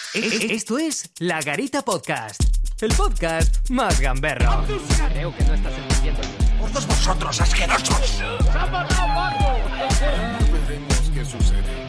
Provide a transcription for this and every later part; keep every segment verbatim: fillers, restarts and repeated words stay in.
E- Esto es La Garita Podcast, el podcast más gamberro. Creo que no estás entendiendo. ¡Por todos vosotros, asquerosos! Veremos qué sucede.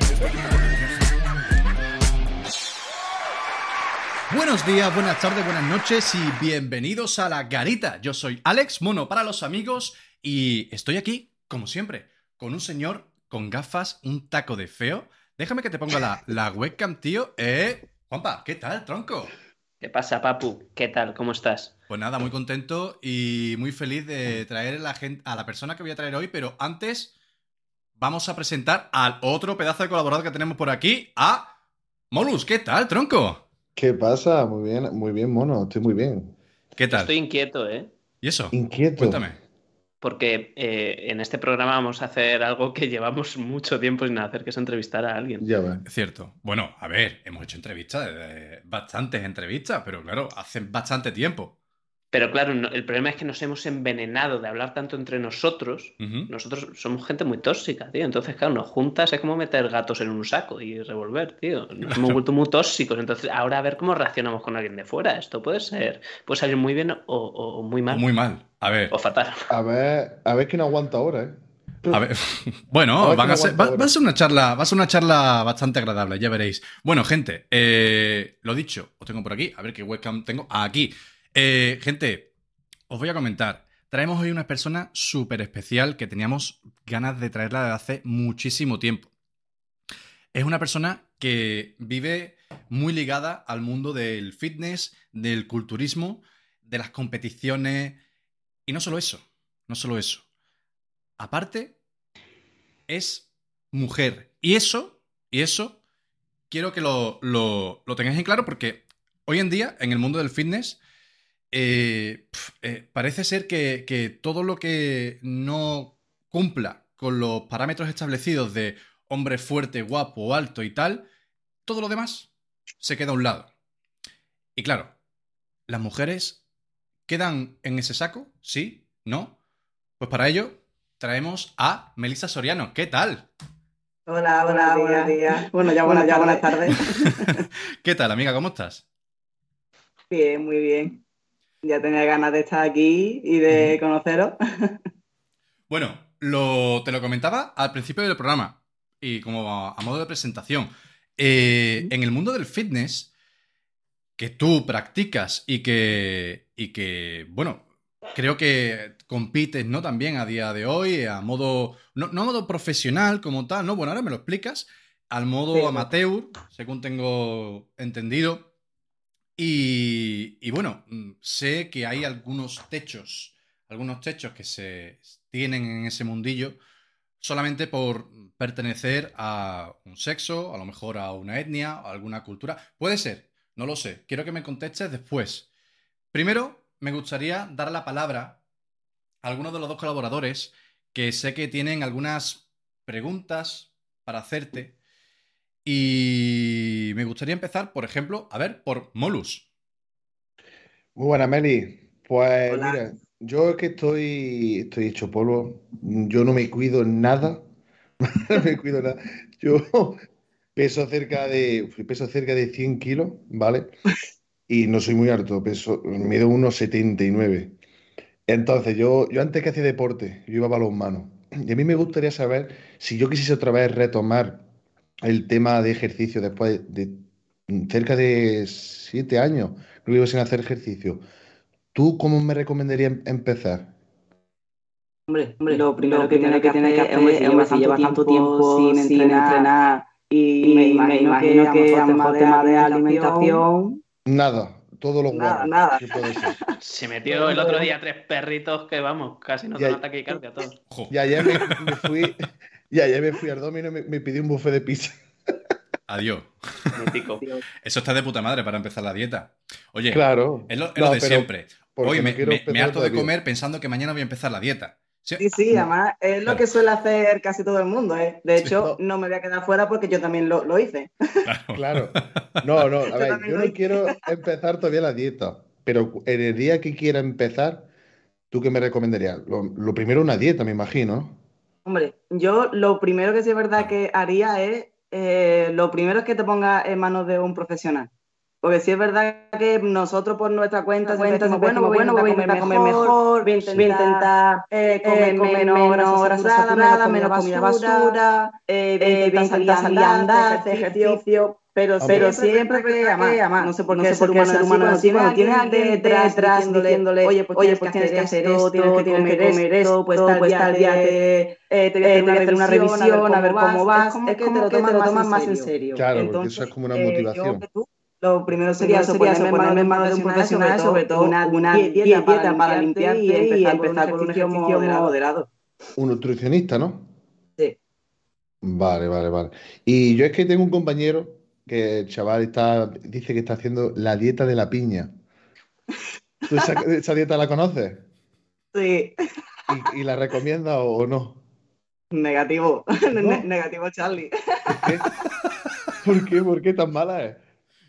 Buenos días, buenas tardes, buenas noches y bienvenidos a La Garita. Yo soy Alex, mono para los amigos, y estoy aquí, como siempre, con un señor con gafas, un taco de feo. Déjame que te ponga la, la webcam, tío. Eh, Juanpa, ¿qué tal, tronco? ¿Qué pasa, papu? ¿Qué tal? ¿Cómo estás? Pues nada, muy contento y muy feliz de traer a la, gente, a la persona que voy a traer hoy, pero antes vamos a presentar al otro pedazo de colaborador que tenemos por aquí, a Molus. ¿Qué tal, tronco? ¿Qué pasa? Muy bien, muy bien, mono, estoy muy bien. ¿Qué tal? Estoy inquieto, ¿eh? ¿Y eso? Inquieto. Cuéntame. Porque eh, en este programa vamos a hacer algo que llevamos mucho tiempo sin hacer, que es entrevistar a alguien. Ya ves. Cierto. Bueno, a ver, hemos hecho entrevistas, eh, bastantes entrevistas, pero claro, hace bastante tiempo. Pero claro, no- el problema es que nos hemos envenenado de hablar tanto entre nosotros. Ujú. Nosotros somos gente muy tóxica, tío. Entonces, claro, nos juntas, es como meter gatos en un saco y revolver, tío. Nos hemos vuelto muy tóxicos. Entonces, ahora a ver cómo reaccionamos con alguien de fuera. Esto puede ser, puede salir muy bien o, o- o muy mal. Muy mal. A ver, O fatal. A ver, a ver quién aguanta ahora, ¿eh? a ver. Bueno, A ver van quién a ser, aguanta va, ahora. va a ser una charla, va a ser una charla bastante agradable, ya veréis. Bueno, gente, eh, lo dicho, os tengo por aquí, a ver qué webcam tengo aquí. Eh, gente, os voy a comentar. Traemos hoy una persona súper especial que teníamos ganas de traerla desde hace muchísimo tiempo. Es una persona que vive muy ligada al mundo del fitness, del culturismo, de las competiciones. Y no solo eso, no solo eso. Aparte, es mujer. Y eso, y eso, quiero que lo, lo- lo tengáis en claro porque hoy en día, en el mundo del fitness, eh, pf, eh, parece ser que, que todo lo que no cumpla con los parámetros establecidos de hombre fuerte, guapo, alto y tal, todo lo demás se queda a un lado. Y claro, las mujeres quedan en ese saco, ¿sí? ¿No? Pues para ello traemos a Melissa Soriano. ¿Qué tal? Hola, hola, buenos días. Bueno, ya, bueno, ya buenas tardes. ¿Qué tal, amiga? ¿Cómo estás? Bien, muy bien. Ya tenía ganas de estar aquí y de Ujú. conoceros. Bueno, lo, te lo comentaba al principio del programa y como a, a modo de presentación. Eh, en el mundo del fitness que tú practicas y que, y que, bueno, creo que compites, ¿no? También a día de hoy, a modo, no, no a modo profesional como tal, ¿no? Bueno, ahora me lo explicas, al modo Sí. amateur, según tengo entendido. Y, y bueno, mm, sé que hay algunos techos, algunos techos que se tienen en ese mundillo solamente por pertenecer a un sexo, a lo mejor a una etnia, a alguna cultura. Puede ser, no lo sé. Quiero que me contestes después. Primero, me gustaría dar la palabra a algunos de los dos colaboradores que sé que tienen algunas preguntas para hacerte. Y me gustaría empezar, por ejemplo, a ver, por Molus. Muy buena, Meli. Pues Hola. mira, yo es que estoy, estoy hecho polvo. Yo no me cuido nada. No me cuido nada. Yo peso cerca de, peso cerca de cien kilos, ¿vale? Y no soy muy alto, peso, mido unos setenta y nueve. Entonces, yo, yo antes que hacía deporte, yo iba a balonmano. Y a mí me gustaría saber si yo quisiese otra vez retomar el tema de ejercicio después de cerca de siete años que vivo sin hacer ejercicio. ¿Tú cómo me recomendarías em- empezar? Hombre, Hombre, lo primero lo que primero tienes que que tienes que hacer, hombre, hacer, si hombre, llevas si llevas tanto tanto tiempo tiempo sin sin entrenar, entrenar y y me me imagino que imagino a lo que a mejor lo temas mejor de temas de alimentación, alimentación, Nada, todos los nada, guarros. nada. ¿Qué puede ser? Se metió el otro día tres perritos que, vamos, casi nos Y, da un a- ataque de cardia a todos. Ojo. y ayer me, me fui, y ayer me fui al Domino y me, me pedí un buffet de pizza. Adiós. Mítico. Eso está de puta madre para empezar la dieta. Oye, Claro. es lo, es No, lo de pero siempre. porque Hoy no me, quiero me- empezar me harto de todavía. comer pensando que mañana voy a empezar la dieta. Sí, Sí, sí, No. además es lo Claro. que suele hacer casi todo el mundo, ¿eh? De hecho, No. no me voy a quedar fuera porque yo también lo, lo hice. claro. Claro. No, no, a Yo ver, también yo lo no hice. quiero empezar todavía la dieta, pero en el día que quiera empezar, ¿tú qué me recomendarías? Lo, lo primero una dieta, me imagino, ¿no? Hombre, yo lo primero que sí es verdad Claro. que haría es, eh, lo primero es que te pongas en manos de un profesional. Porque sí es verdad que nosotros por nuestra cuenta, cuenta siempre bueno, decimos, bueno, voy a intentar comer mejor, voy a intentar, voy a intentar eh, comer, eh, comer comer menos menos grasa grasa saturada, menos comida basura, eh, voy a eh, voy a intentar salir a andar, hacer ejercicio, pero, Hombre. pero siempre que además, no sé por qué el ser humano es así, cuando tiene cuando tiene alguien alguien detrás detrás diciéndole, diciéndole, oye, pues oye, tienes pues que tienes que hacer hacer esto, tienes que comer esto, pues tal pues día tal día te, te, eh, te voy a eh, hacer te voy a hacer una una revisión, a ver cómo vas, es como es que como te que lo tomas más en serio. serio. Claro, porque Entonces, eso es como una eh, yo motivación. que tú, lo primero sería Primero eso, sería ponerme, eso, ponerme en manos de un profesional, sobre todo una, una dieta, dieta, para, para limpiarte y limpiarte y empezar, empezar por por un un ejercicio, ejercicio moderado. moderado. Un nutricionista, ¿no? Sí. Vale, vale, vale. Y yo es que tengo un compañero que el chaval está, dice que está haciendo la dieta de la piña. ¿Tú esa, esa dieta la conoces? Sí, ¿Y, y la recomiendas o, o no? negativo, ¿No? Ne- negativo Charlie. ¿Por qué? ¿Por qué? ¿Por qué tan mala es?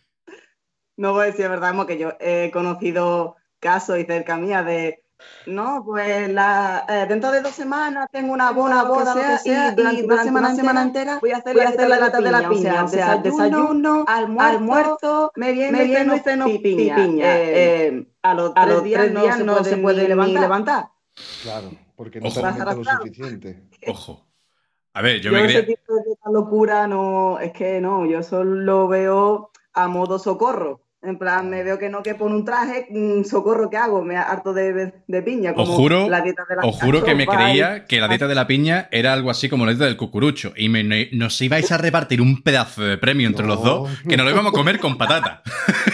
No voy a decir, es verdad, como que yo he conocido casos y cerca mía de, no, pues la, eh, dentro de dos semanas tengo una boda, Una lo que boda, lo sea, que sea, y durante, y una, durante semana una semana entera entera voy a hacer voy la a dieta hacer la de la dieta de la piña, o sea, piña, o sea, desayuno, desayuno, almuerzo, almuerzo, merienda, merienda y y ceno ceno y piña. piña. Eh, Eh, a los a tres los días tres no días se no puede se ni puede ni levantar. levantar. Claro, porque no Ojo. se Vas alimenta lo arrastrado. suficiente. Ojo. A ver, yo Yo me ese creía. tipo de dieta locura no, es que no, yo solo lo veo a modo socorro. En plan, me veo que no que pone un traje, mm, socorro, ¿qué hago? Me harto de, de piña, Os como juro, la dieta de la os juro que me sopa y- creía que la dieta de la piña era algo así como la dieta del cucurucho. Y me- ne- nos ibais a repartir un pedazo de premio entre No, los dos que nos lo íbamos a comer con patata.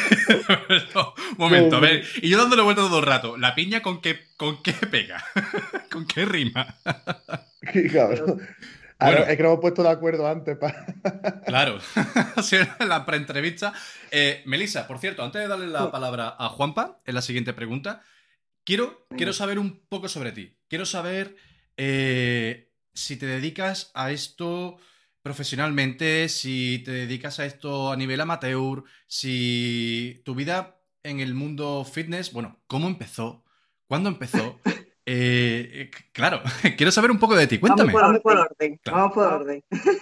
No, un momento, a ver. Y yo dándole vuelta todo el rato. ¿La piña con qué, con qué pega? ¿Con qué rima? Qué cabrón. Ahora, Bueno. es que nos hemos puesto de acuerdo antes. Pa... Claro, ha sido la preentrevista. Eh, Melissa, por cierto, antes de darle la palabra a Juanpa, en la siguiente pregunta, quiero, quiero saber un poco sobre ti. Quiero saber eh, si te dedicas a esto profesionalmente, si te dedicas a esto a nivel amateur, si tu vida en el mundo fitness, bueno, ¿cómo empezó? ¿Cuándo empezó? Eh, eh, claro, quiero saber un poco de ti. Cuéntame. Vamos por orden. Claro. Vamos por orden.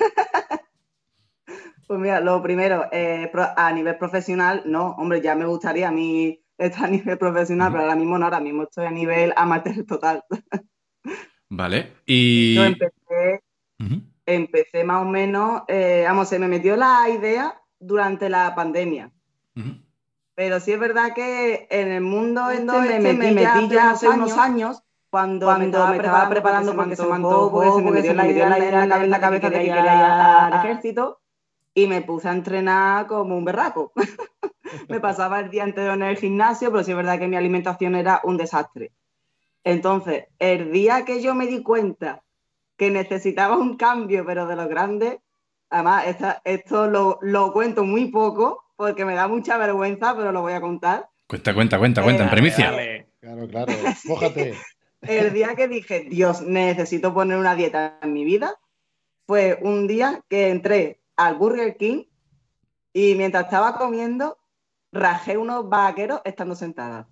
Pues mira, lo primero, eh, pro- a nivel profesional, no, hombre, ya me gustaría a mí estar a nivel profesional, Ujú. pero ahora mismo no, ahora mismo estoy a nivel amateur total. Vale, y... Yo empecé, Ujú. empecé más o menos, eh, vamos, se me metió la idea durante la pandemia. Ujú. Pero sí es verdad que en el mundo este Mundo me este metí, me ya, metí ya hace hace unos unos años, cuando, cuando me estaba me estaba preparando, preparando porque se me porque se me antojó, antojó, porque se me porque metió se la me idea metió en la, en la cabeza de que quería ir al a- ejército y me puse a entrenar como un berraco. Me pasaba el día entero en el gimnasio, pero sí es verdad que mi alimentación era un desastre. Entonces, el día que yo me di cuenta que necesitaba un cambio, pero de los grandes, además, esta- esto lo, lo cuento muy poco porque me da mucha vergüenza, pero lo voy a contar. Cuenta, cuenta, cuenta, cuenta, en Eh, primicia. Dale. Claro, claro. Mójate. El día que dije, Dios, necesito poner una dieta en mi vida, fue un día que entré al Burger King y mientras estaba comiendo, rajé unos vaqueros estando sentada.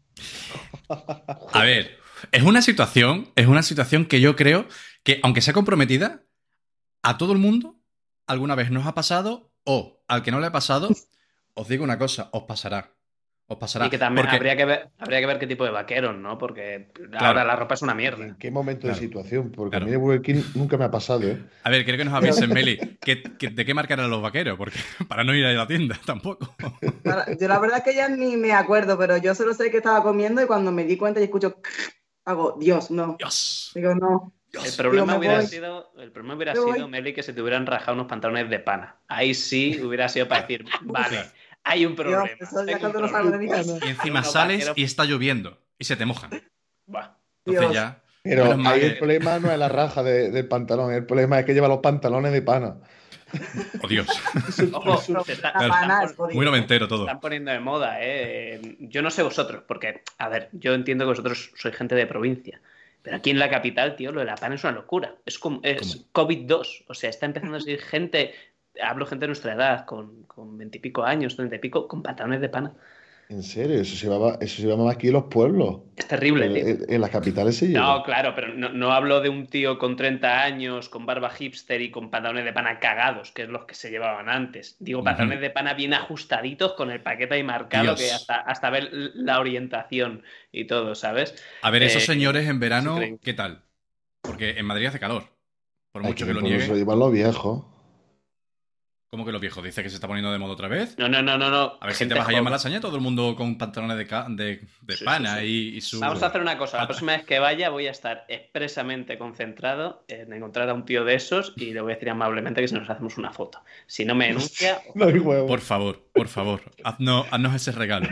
A ver, es una situación, es una situación que yo creo que, aunque sea comprometida, a todo el mundo alguna vez nos ha pasado, o al que no le ha pasado, os digo una cosa, os pasará. Os pasará. Y que también Porque- habría que ver, habría que ver qué tipo de vaqueros, ¿no? Porque Claro. ahora la ropa es una ¿En mierda. qué momento Claro. de situación? Porque Claro. a mí de Burger King nunca me ha pasado, ¿eh? A ver, quiero que nos avisen, Meli, ¿qué- qué- ¿de qué marca eran los vaqueros? Porque para no ir a la tienda tampoco. Para- Yo la verdad es que ya ni me acuerdo, pero yo solo sé que estaba comiendo y cuando me di cuenta y escucho, hago, Dios, no. Dios. Digo, no. El problema me hubiera voy. sido, el problema hubiera Me voy. sido, Meli, que se te hubieran rajado unos pantalones de pana. Ahí sí hubiera sido para decir, vale, hay un problema. Dios, eso ya tengo un cuando lo salgo de mi problema. casa. Y encima Unos sales vaqueros- y está lloviendo y se te mojan. Buah. Entonces Dios. ya... Pero menos mal ahí que- el problema no es la raja de- del pantalón, el problema es que lleva los pantalones de pana. Oh, Dios. Ojo, se está- La se pana están es pon- jodido. Muy noventero se todo. están poniendo de moda, ¿eh? Yo no sé vosotros, porque, a ver, yo entiendo que vosotros sois gente de provincia, pero aquí en la capital, tío, lo de la pana es una locura. Es como es ¿Cómo? COVID dos, o sea, está empezando a salir gente, hablo gente de nuestra edad, con, con veintipico años, treinta y pico, con pantalones de pana. En serio, eso se llevaba, eso se llevaba aquí en los pueblos. Es terrible, En, tío. en- en las capitales se lleva. No, claro, pero no, no hablo de un tío con treinta años, con barba hipster y con pantalones de pana cagados, que es los que se llevaban antes. Digo, Ujú. pantalones de pana bien ajustaditos, con el paquete ahí marcado, Dios. que hasta, hasta ver la orientación y todo, ¿sabes? A ver, esos Eh, señores en verano, increíble. ¿qué tal? Porque en Madrid hace calor. Por Hay mucho que que lo por eso lo niegue. llevan los viejos. ¿Cómo que los viejos? ¿Dice que se está poniendo de moda otra vez? No, no, no, no, no. A ver si gente te vas a llamar joven. la saña, todo el mundo con pantalones de, ca- de, de Sí, pana sí, sí. Y, y su... Vamos a hacer una cosa. La Falta- próxima vez que vaya voy a estar expresamente concentrado en encontrar a un tío de esos y le voy a decir amablemente que si nos hacemos una foto. Si no me denuncia, No hay huevo. Por favor, por favor, haznos, haznos ese regalo.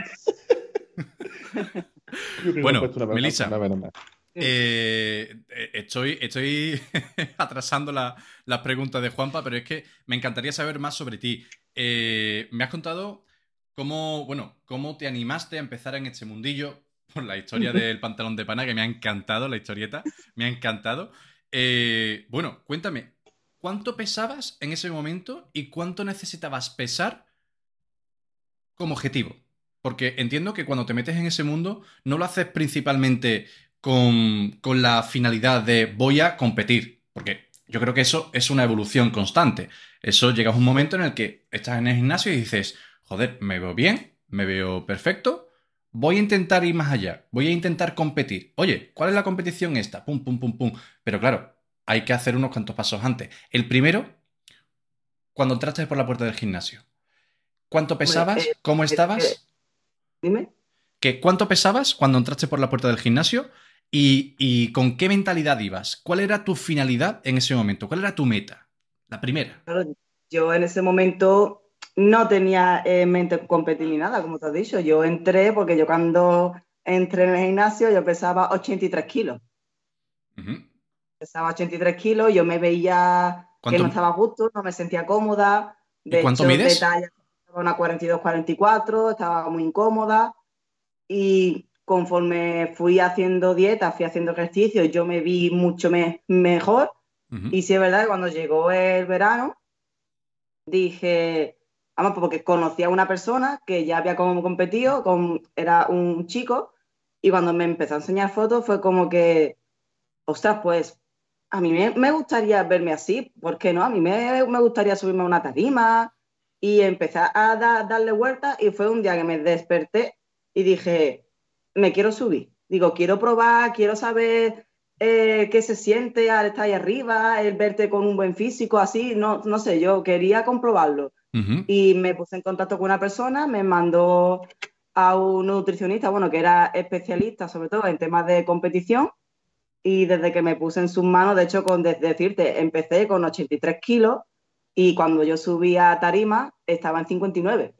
Yo creo que Bueno, me he puesto una- Melissa. una vena más. Eh, eh, estoy estoy atrasando la- las preguntas de Juanpa, pero es que me encantaría saber más sobre ti. Eh, me has contado cómo, bueno, cómo te animaste a empezar en este mundillo por la historia del pantalón de pana, que me ha encantado la historieta, me ha encantado. Eh, bueno, cuéntame, ¿cuánto pesabas en ese momento y cuánto necesitabas pesar como objetivo? Porque entiendo que cuando te metes en ese mundo no lo haces principalmente con, con la finalidad de voy a competir, porque yo creo que eso es una evolución constante. Eso llega a un momento en el que estás en el gimnasio y dices, joder, me veo bien, me veo perfecto, voy a intentar ir más allá, voy a intentar competir. Oye, ¿cuál es la competición esta? Pum, pum, pum, pum. Pero claro, hay que hacer unos cuantos pasos antes. El primero, cuando entraste por la puerta del gimnasio. ¿Cuánto pesabas? eh, ¿Cómo es estabas? que- Dime. ¿Qué, ¿Cuánto pesabas cuando entraste por la puerta del gimnasio? Y, y con qué mentalidad ibas? ¿Cuál era tu finalidad en ese momento? ¿Cuál era tu meta? La primera. Claro, yo en ese momento no tenía en mente competir ni nada, como te has dicho. Yo entré porque yo cuando entré en el gimnasio yo pesaba ochenta y tres kilos. Ujú. Pesaba ochenta y tres kilos, yo me veía que ¿Cuánto- no estaba a gusto, no me sentía cómoda. ¿Y De cuánto hecho, mides? de talla estaba una cuarenta y dos, cuarenta y cuatro, estaba muy incómoda. Y conforme fui haciendo dieta, fui haciendo ejercicio, yo me vi mucho me- mejor. Ujú. Y sí es verdad que cuando llegó el verano, dije, vamos, porque conocí a una persona que ya había como competido, con, era un chico, y cuando me empezó a enseñar fotos fue como que, ostras, pues a mí me, me gustaría verme así, ¿por qué no? A mí me, me gustaría subirme a una tarima y empecé a da- darle vueltas y fue un día que me desperté y dije, me quiero subir, digo, quiero probar, quiero saber eh, qué se siente al estar ahí arriba, el verte con un buen físico, así, no, no sé, yo quería comprobarlo. Ujú. Y me puse en contacto con una persona, me mandó a un nutricionista, bueno, que era especialista sobre todo en temas de competición, y desde que me puse en sus manos, de hecho, con de- decirte, empecé con ochenta y tres kilos y cuando yo subí a tarima estaba en cincuenta y nueve.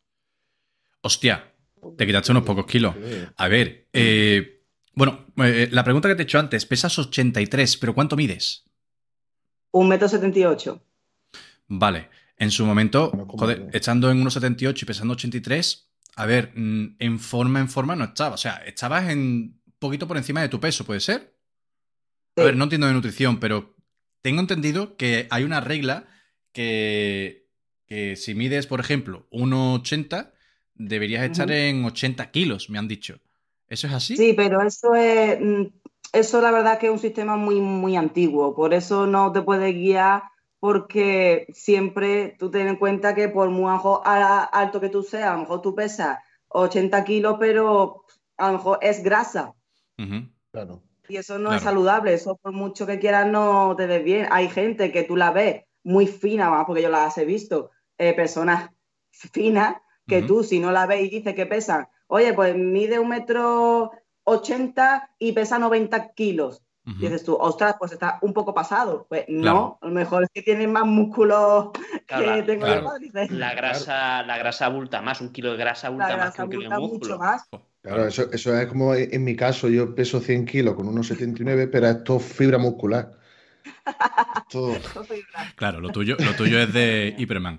Hostia, te quitaste unos pocos kilos. A ver, eh, bueno, eh, la pregunta que te he hecho antes, pesas ochenta y tres, pero ¿cuánto mides? Un metro setenta y ocho. Vale, en su momento, Bueno, como joder, que- estando en uno setenta y ocho y pesando ochenta y tres, a ver, mm, en forma, en forma no estaba. O sea, estabas en un poquito por encima de tu peso, ¿puede ser? A Sí. ver, no entiendo de nutrición, pero tengo entendido que hay una regla que, que si mides, por ejemplo, uno ochenta, deberías estar Ujú. en ochenta kilos, me han dicho. ¿Eso es así? Sí, pero eso es, mm, eso la verdad que es un sistema muy, muy antiguo, por eso no te puedes guiar, porque siempre tú ten en cuenta que por muy ajo- a- alto que tú seas, a lo mejor tú pesas ochenta kilos, pero a lo mejor es grasa. Ujú. Claro. Y eso no Claro. es saludable, eso por mucho que quieras no te ves bien. Hay gente que tú la ves muy fina, vamos, porque yo las he visto, eh, personas finas, que Ujú. tú si no la ves y dices que pesan, oye, pues mide un metro ochenta y pesa noventa kilos. Ujú. Y dices tú, ostras, pues está un poco pasado. Pues Claro. no, a lo mejor es que tiene más músculos Claro, que la- tengo claro. yo. cuádriceps. la grasa, la grasa abulta más, un kilo de grasa La abulta más que grasa un kilo de abulta músculo. mucho más. Jo, Claro, eso, eso es como en mi caso, yo peso cien kilos con unos setenta y nueve, pero esto es fibra muscular. Esto, Claro, lo tuyo, lo tuyo es de Hyperman.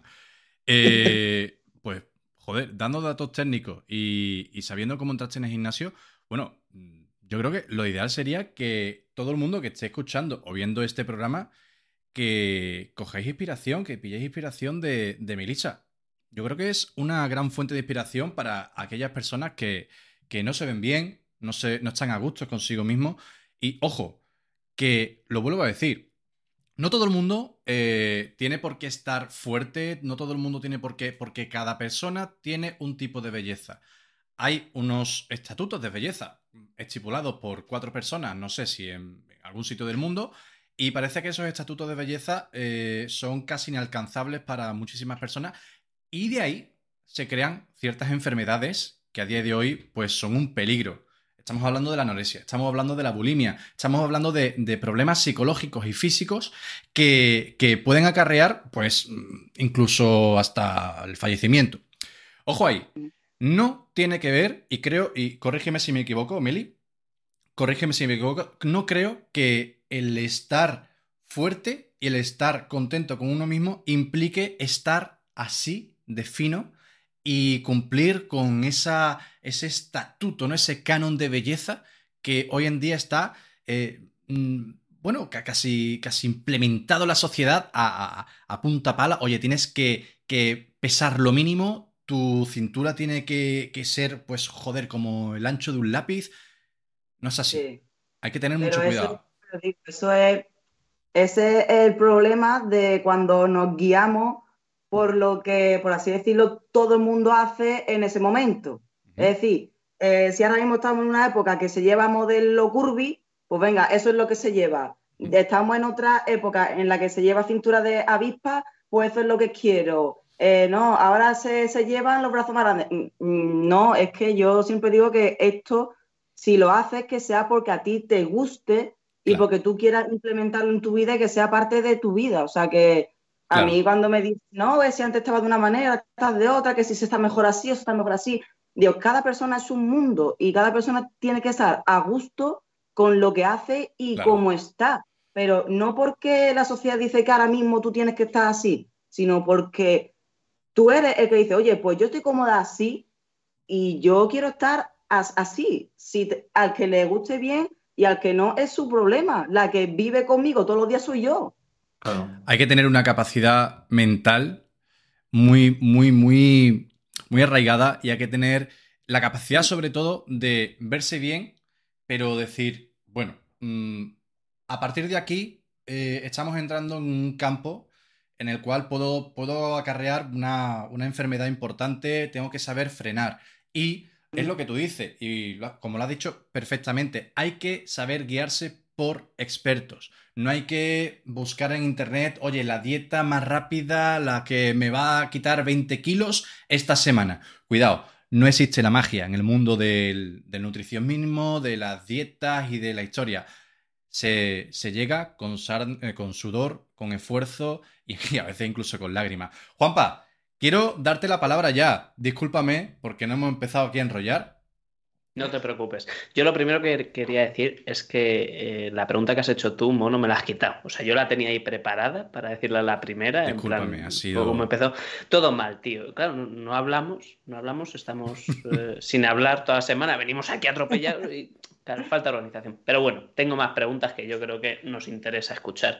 Eh, pues, joder, dando datos técnicos y, y sabiendo cómo entraste en el gimnasio, bueno, yo creo que lo ideal sería que todo el mundo que esté escuchando o viendo este programa, que cojáis inspiración, que pilléis inspiración de, de Melissa. Yo creo que es una gran fuente de inspiración para aquellas personas que, que no se ven bien, no, se, no están a gusto consigo mismos. Y ojo, que lo vuelvo a decir, no todo el mundo eh, tiene por qué estar fuerte, no todo el mundo tiene por qué, porque cada persona tiene un tipo de belleza. Hay unos estatutos de belleza estipulados por cuatro personas, no sé si en algún sitio del mundo, y parece que esos estatutos de belleza eh, son casi inalcanzables para muchísimas personas, y de ahí se crean ciertas enfermedades que a día de hoy pues son un peligro. Estamos hablando de la anorexia, estamos hablando de la bulimia, estamos hablando de, de problemas psicológicos y físicos que, que pueden acarrear, pues, incluso hasta el fallecimiento. Ojo ahí, no tiene que ver, y creo, y corrígeme si me equivoco, Meli, corrígeme si me equivoco, no creo que el estar fuerte y el estar contento con uno mismo implique estar así de fino y cumplir con esa, ese estatuto, ¿no? Ese canon de belleza que hoy en día está, eh, bueno, casi, casi implementado en la sociedad a, a, a punta pala. Oye, tienes que, que pesar lo mínimo, tu cintura tiene que, que ser, pues, joder, como el ancho de un lápiz. No es así. Sí. Hay que tener Pero mucho eso, cuidado. Eso es, ese es el problema de cuando nos guiamos por lo que, por así decirlo, todo el mundo hace en ese momento. Uh-huh. Es decir, eh, si ahora mismo estamos en una época que se lleva modelo curvy, pues venga, eso es lo que se lleva. Uh-huh. Estamos en otra época en la que se lleva cintura de avispa, pues eso es lo que quiero. Eh, no, ahora se, se llevan los brazos más grandes. No, es que yo siempre digo que esto, si lo haces, que sea porque a ti te guste y claro, porque tú quieras implementarlo en tu vida y que sea parte de tu vida. O sea, que a claro, mí cuando me dicen, no, es si antes estaba de una manera, estás de otra, que si se está mejor así o se está mejor así. Dios, cada persona es un mundo y cada persona tiene que estar a gusto con lo que hace y claro, cómo está. Pero no porque la sociedad dice que ahora mismo tú tienes que estar así, sino porque tú eres el que dice, oye, pues yo estoy cómoda así y yo quiero estar as así. Si te, al que le guste bien y al que no es su problema. La que vive conmigo todos los días soy yo. Claro. Hay que tener una capacidad mental muy, muy, muy, muy arraigada y hay que tener la capacidad, sobre todo, de verse bien, pero decir, bueno, mmm, a partir de aquí eh, estamos entrando en un campo en el cual puedo, puedo acarrear una, una enfermedad importante, tengo que saber frenar. Y es lo que tú dices, y lo, como lo has dicho perfectamente, hay que saber guiarse por expertos. No hay que buscar en internet, oye, la dieta más rápida, la que me va a quitar veinte kilos esta semana. Cuidado, no existe la magia en el mundo del, del nutricionismo, de las dietas y de la historia. Se, se llega con, sar, eh, con sudor, con esfuerzo y, y a veces incluso con lágrimas. Juanpa, quiero darte la palabra ya. Discúlpame porque no hemos empezado aquí a enrollar. No te preocupes. Yo lo primero que quería decir es que eh, la pregunta que has hecho tú, Mono, me la has quitado. O sea, yo la tenía ahí preparada para decirla a la primera. Discúlpame, en plan, ha sido... como empezó. Todo mal, tío. Claro, no, no hablamos, no hablamos, estamos eh, sin hablar toda la semana. Venimos aquí atropellados y, claro, falta organización. Pero bueno, tengo más preguntas que yo creo que nos interesa escuchar.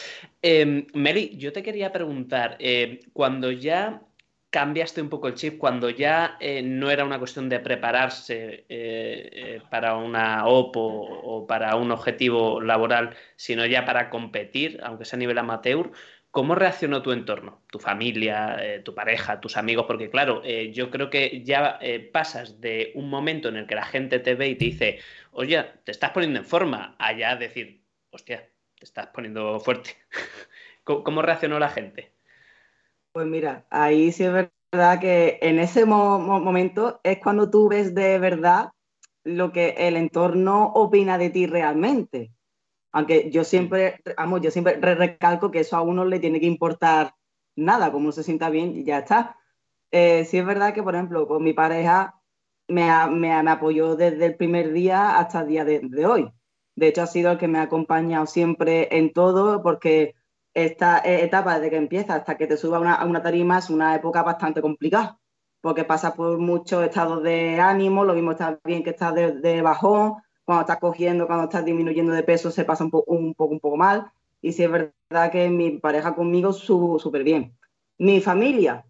Eh, Meli, yo te quería preguntar, eh, cuando ya cambiaste un poco el chip, cuando ya eh, no era una cuestión de prepararse eh, eh, para una O P O o para un objetivo laboral, sino ya para competir, aunque sea a nivel amateur, ¿cómo reaccionó tu entorno? Tu familia, eh, tu pareja, tus amigos, porque claro, eh, yo creo que ya eh, pasas de un momento en el que la gente te ve y te dice, oye, te estás poniendo en forma, a ya decir, hostia, te estás poniendo fuerte. ¿Cómo, cómo reaccionó la gente? Pues mira, ahí sí es verdad que en ese mo momento es cuando tú ves de verdad lo que el entorno opina de ti realmente. Aunque yo siempre, vamos, yo siempre recalco que eso a uno le tiene que importar nada, como se sienta bien y ya está. Eh, sí es verdad que, por ejemplo, con mi pareja me, ha, me, ha, me apoyó desde el primer día hasta el día de, de hoy. De hecho, ha sido el que me ha acompañado siempre en todo, porque esta etapa desde que empieza hasta que te subas a una, a una tarima es una época bastante complicada, porque pasas por muchos estados de ánimo, lo mismo está bien que estás de, de bajón, cuando estás cogiendo, cuando estás disminuyendo de peso se pasa un, po un poco un poco mal, y sí es verdad que mi pareja conmigo súper bien. Mi familia,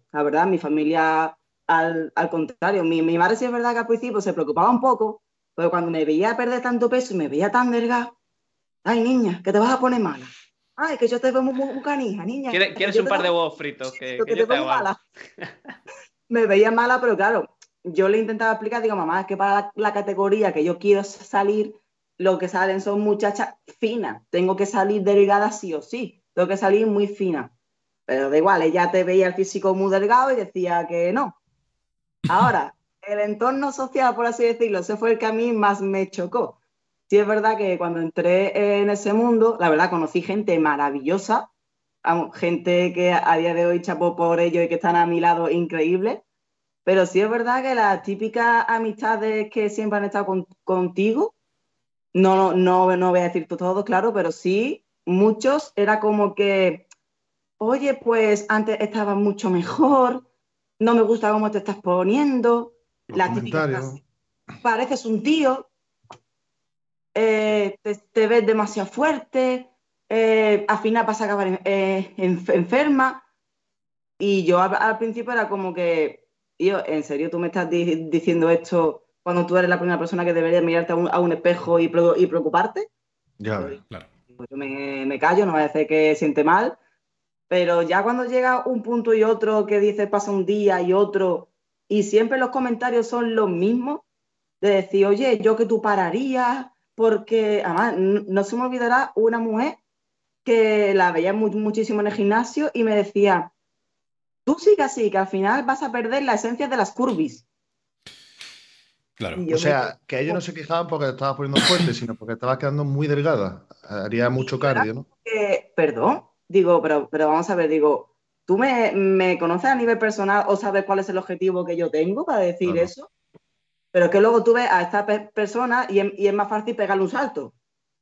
la verdad, mi familia, al, al contrario, mi, mi madre sí es verdad que al principio se preocupaba un poco, pero cuando me veía perder tanto peso y me veía tan delgada, ay, niña, que te vas a poner mala. Ay, que yo te veo muy, muy, muy canija, niña. ¿Quieres, ¿quieres un par de huevos fritos? Que, que, que que yo te te veo hago algo. mala. Me veía mala, pero claro, yo le intentaba explicar, digo, mamá, es que para la, la categoría que yo quiero salir, lo que salen son muchachas finas. Tengo que salir delgada sí o sí. Tengo que salir muy fina. Pero da igual, ella te veía el físico muy delgado y decía que no. Ahora, el entorno social, por así decirlo, ese fue el que a mí más me chocó. Sí es verdad que cuando entré en ese mundo, la verdad, conocí gente maravillosa, gente que a día de hoy chapó por ello y que están a mi lado increíbles, pero sí es verdad que las típicas amistades que siempre han estado con, contigo, no, no, no voy a decir todo, claro, pero sí, muchos era como que, oye, pues antes estabas mucho mejor, no me gusta cómo te estás poniendo, Los la típica comentarios. frase, pareces un tío, eh, te, te ves demasiado fuerte, eh, al final vas a acabar en- eh, en- enferma. Y yo al, al principio era como que, tío, ¿en serio tú me estás di- diciendo esto cuando tú eres la primera persona que debería mirarte a un, a un espejo y, pre- y preocuparte? Ya Yo, ves. Claro. pues yo me, me callo, no voy a decir que siente mal, pero ya cuando llega un punto y otro que dices pasa un día y otro, y siempre los comentarios son los mismos, de decir, oye, yo que tú pararías, porque además n- no se me olvidará una mujer que la veía mu- muchísimo en el gimnasio y me decía, tú sigue así, que al final vas a perder la esencia de las curvis. Claro. Y O yo me sea, que ellos no se quejaban porque te estabas poniendo fuerte, sino porque estabas quedando muy delgada. Haría y mucho yo era cardio, ¿no? como que, perdón, digo, pero, pero vamos a ver, digo, ¿tú me, me conoces a nivel personal o sabes cuál es el objetivo que yo tengo para decir Claro. eso? Pero es que luego tú ves a esta pe- persona y es, y es más fácil pegarle un salto.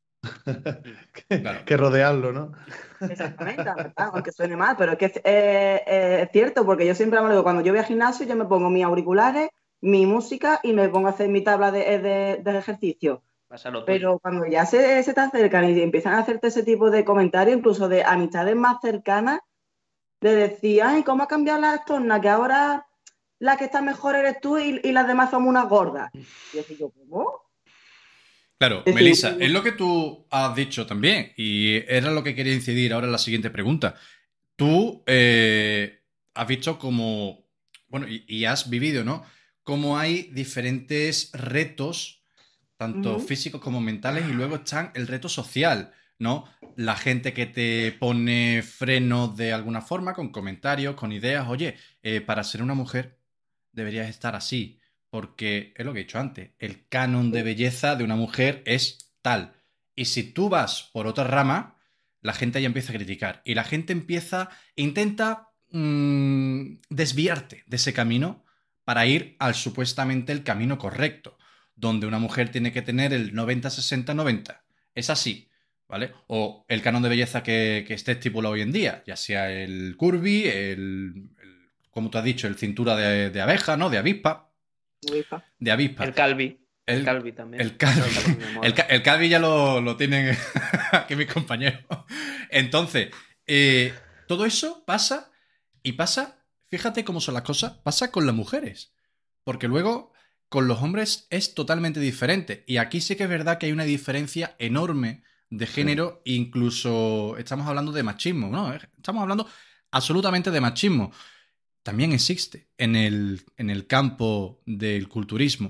que, Claro. que rodearlo, ¿no? Exactamente, la verdad, aunque suene mal, pero es que es, eh, eh, es cierto, porque yo siempre me digo, cuando yo voy al gimnasio, yo me pongo mis auriculares, mi música y me pongo a hacer mi tabla de, de, de ejercicio. Vas a lo tuyo. Pero cuando ya se, se te acercan y empiezan a hacerte ese tipo de comentarios, incluso de amistades más cercanas, de decir, ay, ¿cómo ha cambiado la torna? Que ahora la que está mejor eres tú y, y las demás somos unas gordas. Y así yo, ¿cómo? Claro, Es Melissa, decir, es lo que tú has dicho también, y era lo que quería incidir ahora en la siguiente pregunta. Tú eh, has visto como, bueno, y, y has vivido, ¿no? Cómo hay diferentes retos, tanto ujú, físicos como mentales, y luego están el reto social, ¿no? La gente que te pone frenos de alguna forma, con comentarios, con ideas, oye, eh, para ser una mujer deberías estar así, porque es lo que he dicho antes, el canon de belleza de una mujer es tal. Y si tú vas por otra rama, la gente ya empieza a criticar. Y la gente empieza, intenta mm, desviarte de ese camino para ir al supuestamente el camino correcto, donde una mujer tiene que tener el noventa sesenta noventa. Es así, ¿vale? O el canon de belleza que, que esté estipulado hoy en día, ya sea el curvy, el, el como tú has dicho, el cintura de, de abeja, ¿no? De avispa. uifa. De avispa. El Calvi. El, El- Calvi también. El Calvi. Eso también me mola. El, ca- el Calvi ya lo, lo tienen aquí mis compañeros. Entonces, eh, todo eso pasa y pasa, fíjate cómo son las cosas, pasa con las mujeres. Porque luego con los hombres es totalmente diferente. Y aquí sí que es verdad que hay una diferencia enorme de género, incluso estamos hablando de machismo, ¿no? Estamos hablando absolutamente de machismo. También existe en el, en el campo del culturismo.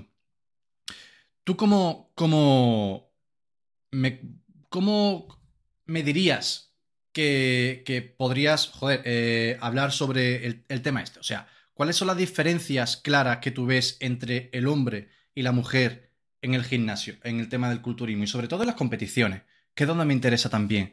¿Tú cómo, cómo, me, cómo me dirías que, que podrías, joder, eh, hablar sobre el, el tema este? O sea, ¿cuáles son las diferencias claras que tú ves entre el hombre y la mujer en el gimnasio, en el tema del culturismo y sobre todo en las competiciones? Que es donde me interesa también.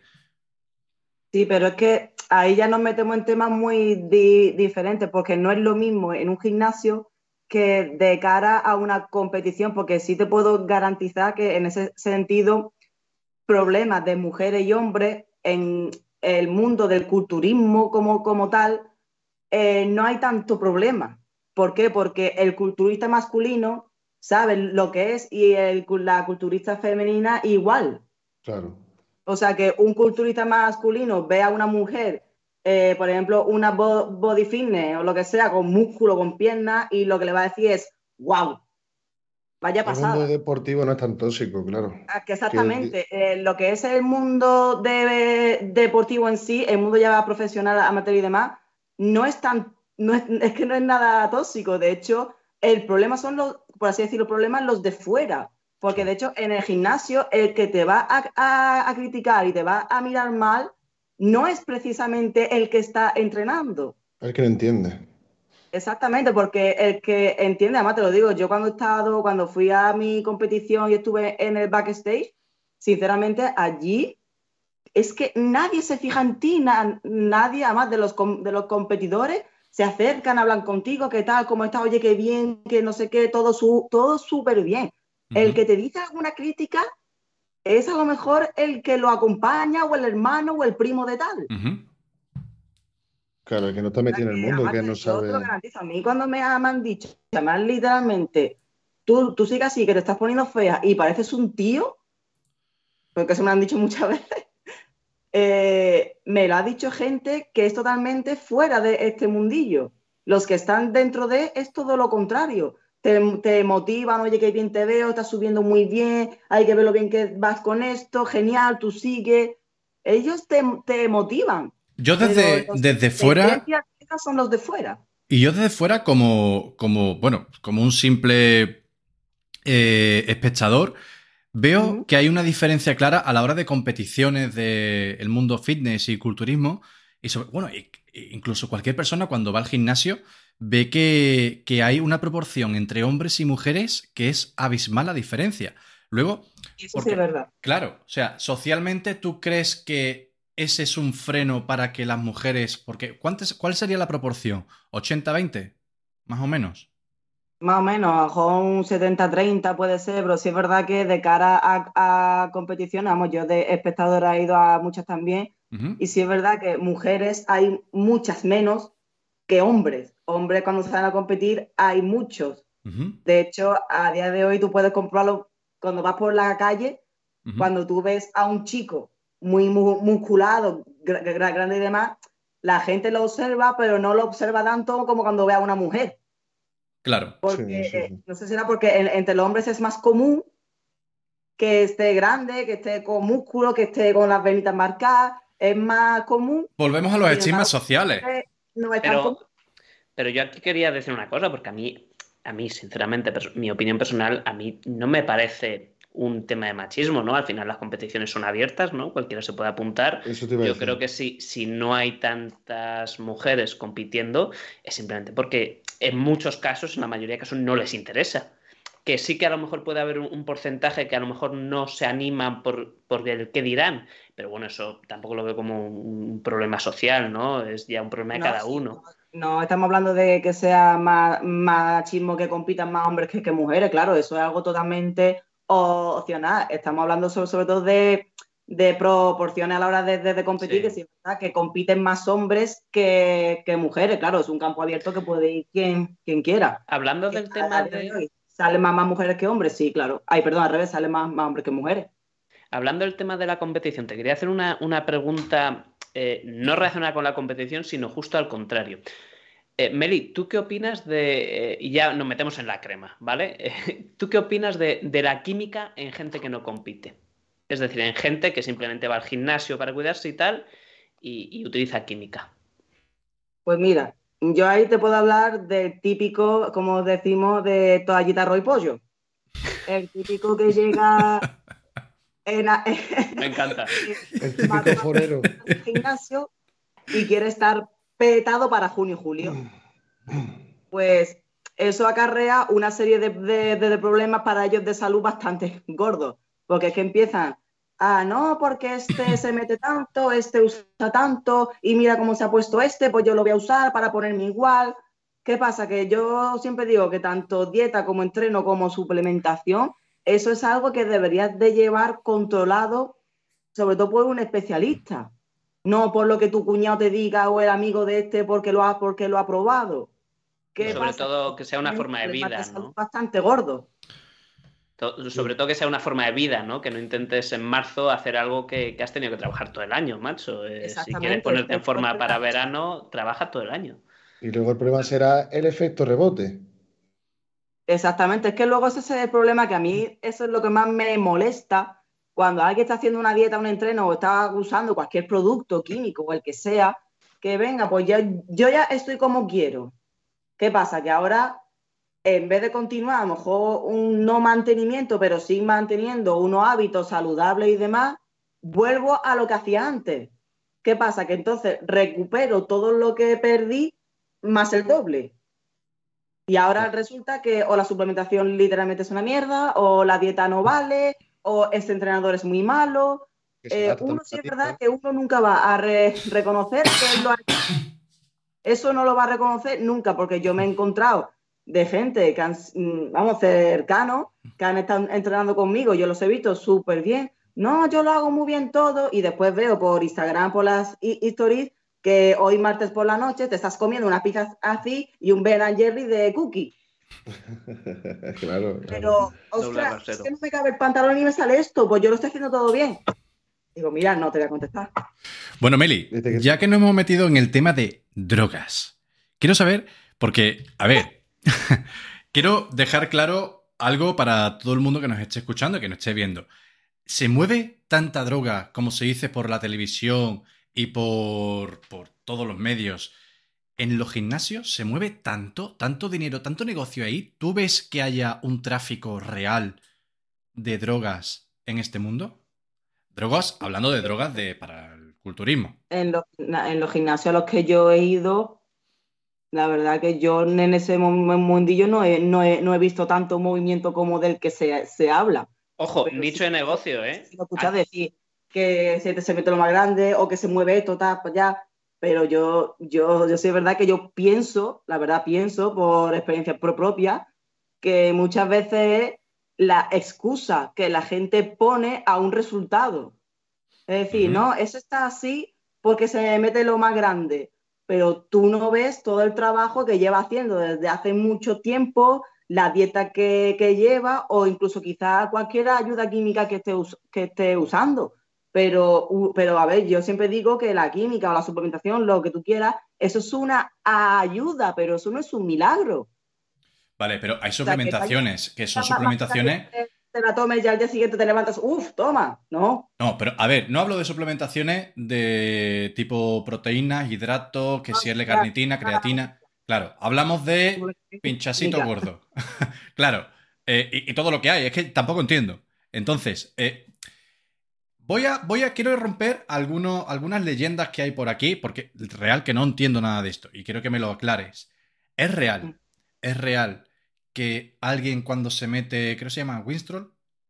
Sí, pero es que ahí ya nos metemos en temas muy di- diferentes, porque no es lo mismo en un gimnasio que de cara a una competición, porque sí te puedo garantizar que en ese sentido problemas de mujeres y hombres en el mundo del culturismo como, como tal, eh, no hay tanto problema. ¿Por qué? Porque el culturista masculino sabe lo que es y el, la culturista femenina igual. Claro. O sea, que un culturista masculino ve a una mujer eh, por ejemplo, una bo- body fitness o lo que sea, con músculo, con piernas, y lo que le va a decir es, wow, vaya El mundo pasada. deportivo no es tan tóxico, claro. Ah, que Que, exactamente, eh, lo que es el mundo de- deportivo en sí, el mundo ya profesional, amateur y demás, no es tan, no es, es que no es nada tóxico. De hecho, el problema son los, por así decirlo, problemas los de fuera. Porque de hecho, en el gimnasio, el que te va a, a- a criticar y te va a mirar mal, no es precisamente el que está entrenando. el que no entiende. Exactamente, porque el que entiende, además te lo digo, yo cuando he estado, cuando fui a mi competición y estuve en el backstage, sinceramente allí es que nadie se fija en ti, na- nadie, además de los, com- de los competidores, se acercan, hablan contigo, qué tal, cómo estás, oye, qué bien, que no sé qué, todo su, todo súper bien. El Ujú. que te dice alguna crítica es a lo mejor el que lo acompaña, o el hermano, o el primo de tal. Ujú. Claro, el que no está metido en el Que, mundo, además, que te- no yo te lo sabe. garantizo, a mí cuando me han, me han dicho, además literalmente, tú, tú sigas así, que te estás poniendo fea y pareces un tío, porque eso me lo han dicho muchas veces, eh, me lo ha dicho gente que es totalmente fuera de este mundillo. Los que están dentro de es todo lo contrario. Te, te motivan, oye, qué bien te veo, estás subiendo muy bien, hay que ver lo bien que vas con esto, genial, tú sigue. Ellos te, te motivan, Yo pero desde, los desde de fuera, esencia son los de fuera. y yo desde fuera como, como bueno, como un simple eh, espectador, veo Ujú. que hay una diferencia clara a la hora de competiciones del mundo fitness y culturismo. Y sobre, bueno, y- y incluso cualquier persona cuando va al gimnasio ve que, que hay una proporción entre hombres y mujeres que es abismal la diferencia. Luego, Eso sí es porque, verdad. claro, o sea, socialmente tú crees que ese es un freno para que las mujeres, porque ¿cuántas, ¿cuál sería la proporción? ¿ochenta veinte? Más o menos. Más o menos, a lo mejor un setenta treinta puede ser, pero sí es verdad que de cara a, a competiciones, vamos, yo de espectadora he ido a muchas también, Ujú, y sí es verdad que mujeres hay muchas menos que hombres. Hombres cuando salen a competir hay muchos. ujú, De hecho, a día de hoy tú puedes comprobarlo cuando vas por la calle, ujú. cuando tú ves a un chico muy mu- musculado, gra- gra- grande y demás, la gente lo observa, pero no lo observa tanto como cuando ve a una mujer. Claro. Sí, Porque, sí, eh, sí. no sé si era porque en- entre los hombres es más común que esté grande, que esté con músculo, que esté con las venitas marcadas, es más común, Volvemos a los sin estigmas embargo, sociales. no es tan común. Pero, pero yo aquí quería decir una cosa, porque a mí, a mí, sinceramente, perso- mi opinión personal, a mí no me parece un tema de machismo, ¿no? Al final las competiciones son abiertas, ¿no? Cualquiera se puede apuntar. Eso te iba a Yo creo decir. que si, si no hay tantas mujeres compitiendo, es simplemente porque en muchos casos, en la mayoría de casos, no les interesa. Que sí que a lo mejor puede haber un, un porcentaje que a lo mejor no se animan por, por el qué dirán, pero bueno, eso tampoco lo veo como un, un problema social, ¿no? Es ya un problema de No, cada sí, no, uno. no estamos hablando de que sea más machismo, que compitan más hombres que, que mujeres, claro, eso es algo totalmente opcional. Estamos hablando sobre, sobre todo de, de proporciones a la hora de, de- de competir, que Sí. sí es verdad que compiten más hombres que, que mujeres, claro, es un campo abierto que puede ir quien, quien quiera. Hablando Que del a, tema a día de de, hoy salen más, más mujeres que hombres, sí, claro. Ay, perdón, al revés, salen más, más hombres que mujeres. hablando del tema de la competición, te quería hacer una, una pregunta eh, no relacionada con la competición, sino justo al contrario. Eh, Meli, ¿tú qué opinas de, eh, y ya nos metemos en la crema, ¿vale? Eh, ¿tú qué opinas de, de la química en gente que no compite? Es decir, en gente que simplemente va al gimnasio para cuidarse y tal, y, y utiliza química. Pues mira, yo ahí te puedo hablar del típico, como decimos, de toallita arroz y pollo. El típico que llega en, a- Me encanta. El va típico tomando forero. al gimnasio y quiere estar petado para junio y julio. Pues eso acarrea una serie de, de- de- de problemas para ellos de salud bastante gordos, porque es que empiezan, ah, no, porque este se mete tanto, este usa tanto, y mira cómo se ha puesto este, pues yo lo voy a usar para ponerme igual. ¿Qué pasa? Que yo siempre digo que tanto dieta como entreno como suplementación, eso es algo que deberías de llevar controlado, sobre todo por un especialista, no por lo que tu cuñado te diga o el amigo de este porque lo ha, porque lo ha probado. Y ¿Qué sobre pasa? Que todo que sea una tienen forma de problemas de vida, salud ¿no? bastante gordos. To- Sobre todo que sea una forma de vida, ¿no? Que no intentes en marzo hacer algo que, que has tenido que trabajar todo el año, macho. Eh, si quieres Exactamente. ponerte en forma Entonces, para verano, trabaja todo el año. Y luego el problema será el efecto rebote. exactamente, es que luego ese es el problema que a mí eso es lo que más me molesta cuando alguien está haciendo una dieta, un entreno o está usando cualquier producto químico o el que sea, que venga, pues ya, yo ya estoy como quiero. ¿Qué pasa? Que ahora, en vez de continuar a lo mejor un no mantenimiento, pero sí manteniendo unos hábitos saludables y demás, vuelvo a lo que hacía antes. ¿Qué pasa? Que entonces recupero todo lo que perdí más el doble. Y ahora resulta que o la suplementación literalmente es una mierda, o la dieta no vale, o este entrenador es muy malo. Que se Eh, adapta uno también sí a es ti, verdad ¿no? que uno nunca va a re- reconocer que él lo ha hecho. Eso no lo va a reconocer nunca, porque yo me he encontrado de gente que han, mm, vamos, cercanos, que han estado entrenando conmigo, yo los he visto súper bien. No, yo lo hago muy bien todo, y después veo por Instagram, por las hi- stories, que hoy martes por la noche te estás comiendo una pizza así y un Ben and Jerry de cookie. Claro, claro. Pero, Doble ostras, es rasero. que no me cabe el pantalón y me sale esto, pues yo lo estoy haciendo todo bien. Digo, mira, no te voy a contestar. Bueno, Meli, Desde que- ya que nos hemos metido en el tema de drogas, quiero saber, porque, a ver, quiero dejar claro algo para todo el mundo que nos esté escuchando y que nos esté viendo. ¿Se mueve tanta droga como se dice por la televisión y por, por todos los medios? ¿En los gimnasios se mueve tanto, tanto dinero, tanto negocio ahí? ¿Tú ves que haya un tráfico real de drogas en este mundo? Drogas, hablando de drogas de, para el culturismo. En los, en los gimnasios a los que yo he ido, la verdad que yo en ese mundillo no he, no he, no he visto tanto movimiento como del que se, se habla. Ojo, Pero nicho sí, de negocio, ¿eh? si lo escuchas decir que se, se mete lo más grande o que se mueve esto, tal, para allá. Pero yo, yo, yo sí es verdad que yo pienso, la verdad pienso por experiencia pro- propia, que muchas veces es la excusa que la gente pone a un resultado. Es decir, Ujú. no, eso está así porque se mete lo más grande, pero tú no ves todo el trabajo que lleva haciendo desde hace mucho tiempo, la dieta que, que lleva o incluso quizá cualquier ayuda química que esté, us- que esté usando. Pero, u- pero, a ver, yo siempre digo que la química o la suplementación, lo que tú quieras, eso es una ayuda, pero eso no es un milagro. Vale, pero hay O sea, que no hay suplementaciones que son una máquina que suplementaciones. te, te la tomes y al día siguiente te levantas, uff, toma, ¿no? No, pero a ver, no hablo de suplementaciones de tipo proteínas, hidratos, que si es L-carnitina, creatina. Claro, hablamos de pinchacito Química. gordo. Claro, eh, y, y todo lo que hay, es que tampoco entiendo. Entonces, eh, voy a, voy a, quiero romper algunos, algunas leyendas que hay por aquí, porque real que no entiendo nada de esto, y quiero que me lo aclares. Es real, es real que alguien cuando se mete, creo que se llama Winstrol.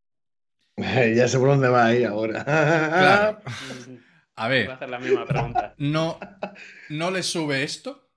Ya sé por dónde va ahí ahora. Claro. A Voy a ver, hacer la misma pregunta. no, no le sube esto.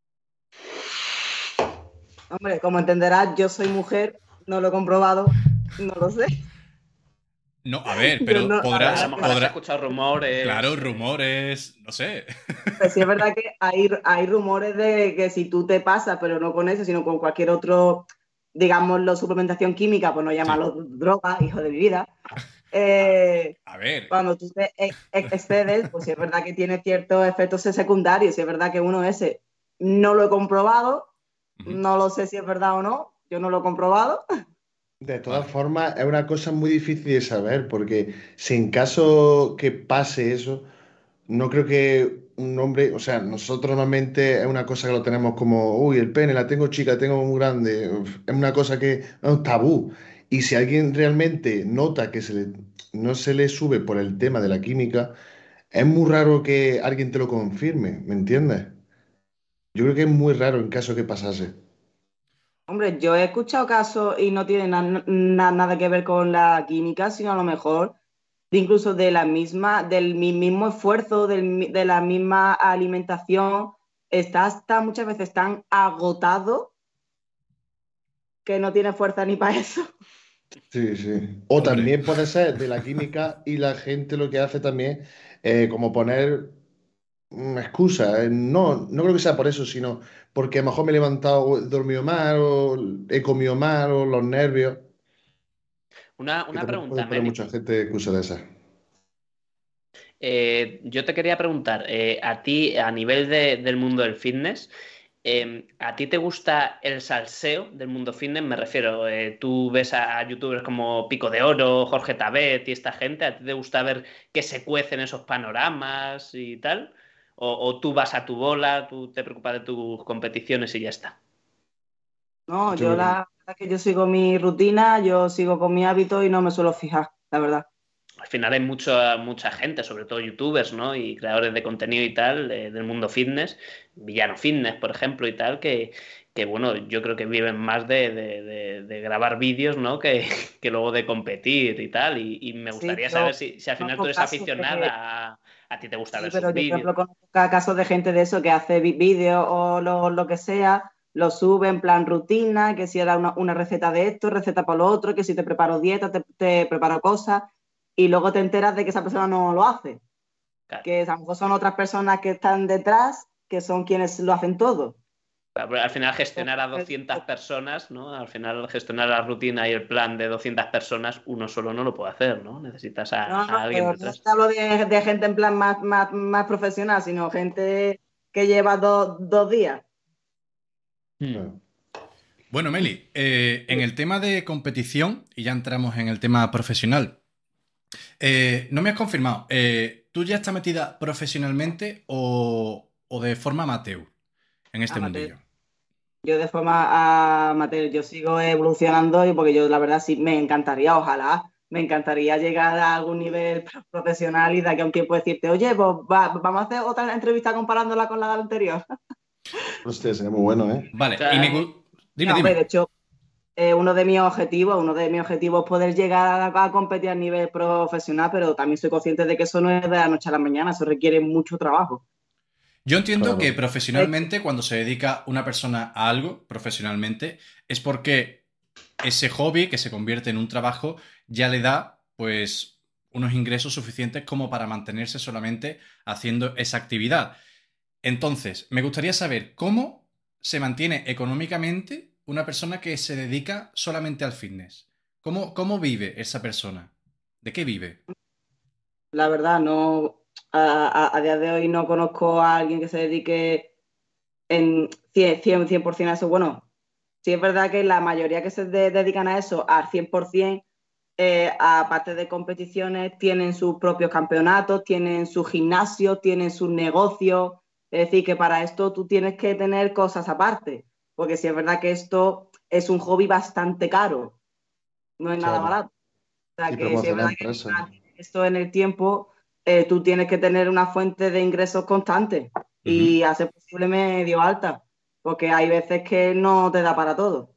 Hombre, como entenderás, yo soy mujer, no lo he comprobado, no lo sé. No, a ver, Yo pero no- la A podrás, lo verdad mejor has podrá- escuchado rumores. claro, eh, rumores, no sé. Pues sí es verdad que hay, hay rumores de que si tú te pasas, pero no con eso, sino con cualquier otro, digámoslo, suplementación química, pues no llamarlo droga, hijo de mi vida. Eh, A ver, cuando tú te ex- ex- excedes, pues sí es verdad que tiene ciertos efectos secundarios, sí es verdad que uno ese no lo he comprobado, ujú, no lo sé si es verdad o no, yo no lo he comprobado. De todas vale. formas, es una cosa muy difícil de saber, porque si en caso que pase eso, no creo que un hombre, o sea, nosotros normalmente es una cosa que lo tenemos como, uy, el pene, la tengo chica, la tengo muy grande, uf, es una cosa que es un tabú. Y si alguien realmente nota que se le- no se le sube por el tema de la química, es muy raro que alguien te lo confirme, ¿me entiendes? Yo creo que es muy raro en caso que pasase. Hombre, yo he escuchado casos y no tiene na- na- nada que ver con la química, sino a lo mejor de incluso de la misma, del mi- mismo esfuerzo, del mi- de la misma alimentación. Estás tan, muchas veces tan agotado que no tiene fuerza ni para eso. Sí, sí. O Hombre, también puede ser de la química y la gente lo que hace también, eh, como poner una excusa. eh, No, no creo que sea por eso, sino porque a lo mejor me he levantado, he dormido mal, o he comido mal, o los nervios. Una, Que una también pregunta, puede haber Meli. mucha gente que usa de esas. Eh, yo te quería preguntar, eh, a ti, a nivel de- del mundo del fitness, eh, ¿a ti te gusta el salseo del mundo fitness? Me refiero, eh, tú ves a, a youtubers como Pico de Oro, Jorge Tabet y esta gente, ¿a ti te gusta ver que se cuecen esos panoramas y tal? ¿O, o tú vas a tu bola, tú te preocupas de tus competiciones y ya está? No, yo Yo, la verdad es que yo sigo mi rutina, yo sigo con mi hábito y no me suelo fijar, la verdad. Al final hay mucha, mucha gente, sobre todo youtubers, ¿no? Y creadores de contenido y tal, de- del mundo fitness, Villano Fitness, por ejemplo, y tal, que, que bueno, yo creo que viven más de, de- de- de grabar vídeos, ¿no? Que, que luego de competir y tal. Y, y me Sí, gustaría pero saber si, si al final tú conozco eres casos de, aficionada, a, a ti te gusta sí, ver pero sus yo por vídeos. ejemplo conozco ca- casos de gente de eso que hace vi- vídeos o lo, lo que sea, lo sube en plan rutina, que si era una, una receta de esto, receta para lo otro, que si te preparo dieta, te, te preparo cosas, y luego te enteras de que esa persona no lo hace, Claro. que a lo mejor son otras personas que están detrás, que son quienes lo hacen todo. Al final gestionar a Entonces, doscientas personas, ¿no? Al final gestionar la rutina y el plan de doscientas personas, uno solo no lo puede hacer, ¿no? Necesitas a, no, no, a alguien pero no detrás. te hablo de, de gente en plan más, más, más profesional, sino gente que lleva do- dos días. Hmm. claro. Bueno, Meli, eh, en el tema de competición, y ya entramos en el tema profesional, eh, no me has confirmado, eh, ¿tú ya estás metida profesionalmente o, o de forma amateur en este Amateur. mundillo? Yo de forma amateur, yo sigo evolucionando y porque yo la verdad sí me encantaría, ojalá, me encantaría llegar a algún nivel pro- profesional y de aquí a un tiempo decirte, oye, pues va- vamos a hacer otra entrevista comparándola con la anterior. Hostia, sería muy bueno, ¿eh? Vale, y me... Claro. gu- Dime, No, hombre, de dime. hecho, eh, uno de mis objetivos, uno de mis objetivos es poder llegar a, a competir a nivel profesional, pero también soy consciente de que eso no es de la noche a la mañana, eso requiere mucho trabajo. Yo entiendo que Claro. profesionalmente, cuando se dedica una persona a algo profesionalmente, es porque ese hobby que se convierte en un trabajo ya le da, pues, unos ingresos suficientes como para mantenerse solamente haciendo esa actividad. Entonces, me gustaría saber cómo se mantiene económicamente una persona que se dedica solamente al fitness. ¿Cómo, cómo vive esa persona? ¿De qué vive? La verdad, no, a, a- a día de hoy no conozco a alguien que se dedique en cien, cien, cien por ciento a eso. Bueno, sí es verdad que la mayoría que se de- dedican a eso al cien por ciento, eh, aparte de competiciones, tienen sus propios campeonatos, tienen su gimnasio, tienen sus negocios. Es decir, que para esto tú tienes que tener cosas aparte, porque sí es verdad que esto es un hobby bastante caro, no es nada Claro. barato. O sea, Y que sí es promocionar verdad que empresas. esto en el tiempo, eh, tú tienes que tener una fuente de ingresos constante Ujú. y hacer posible medio alta, porque hay veces que no te da para todo.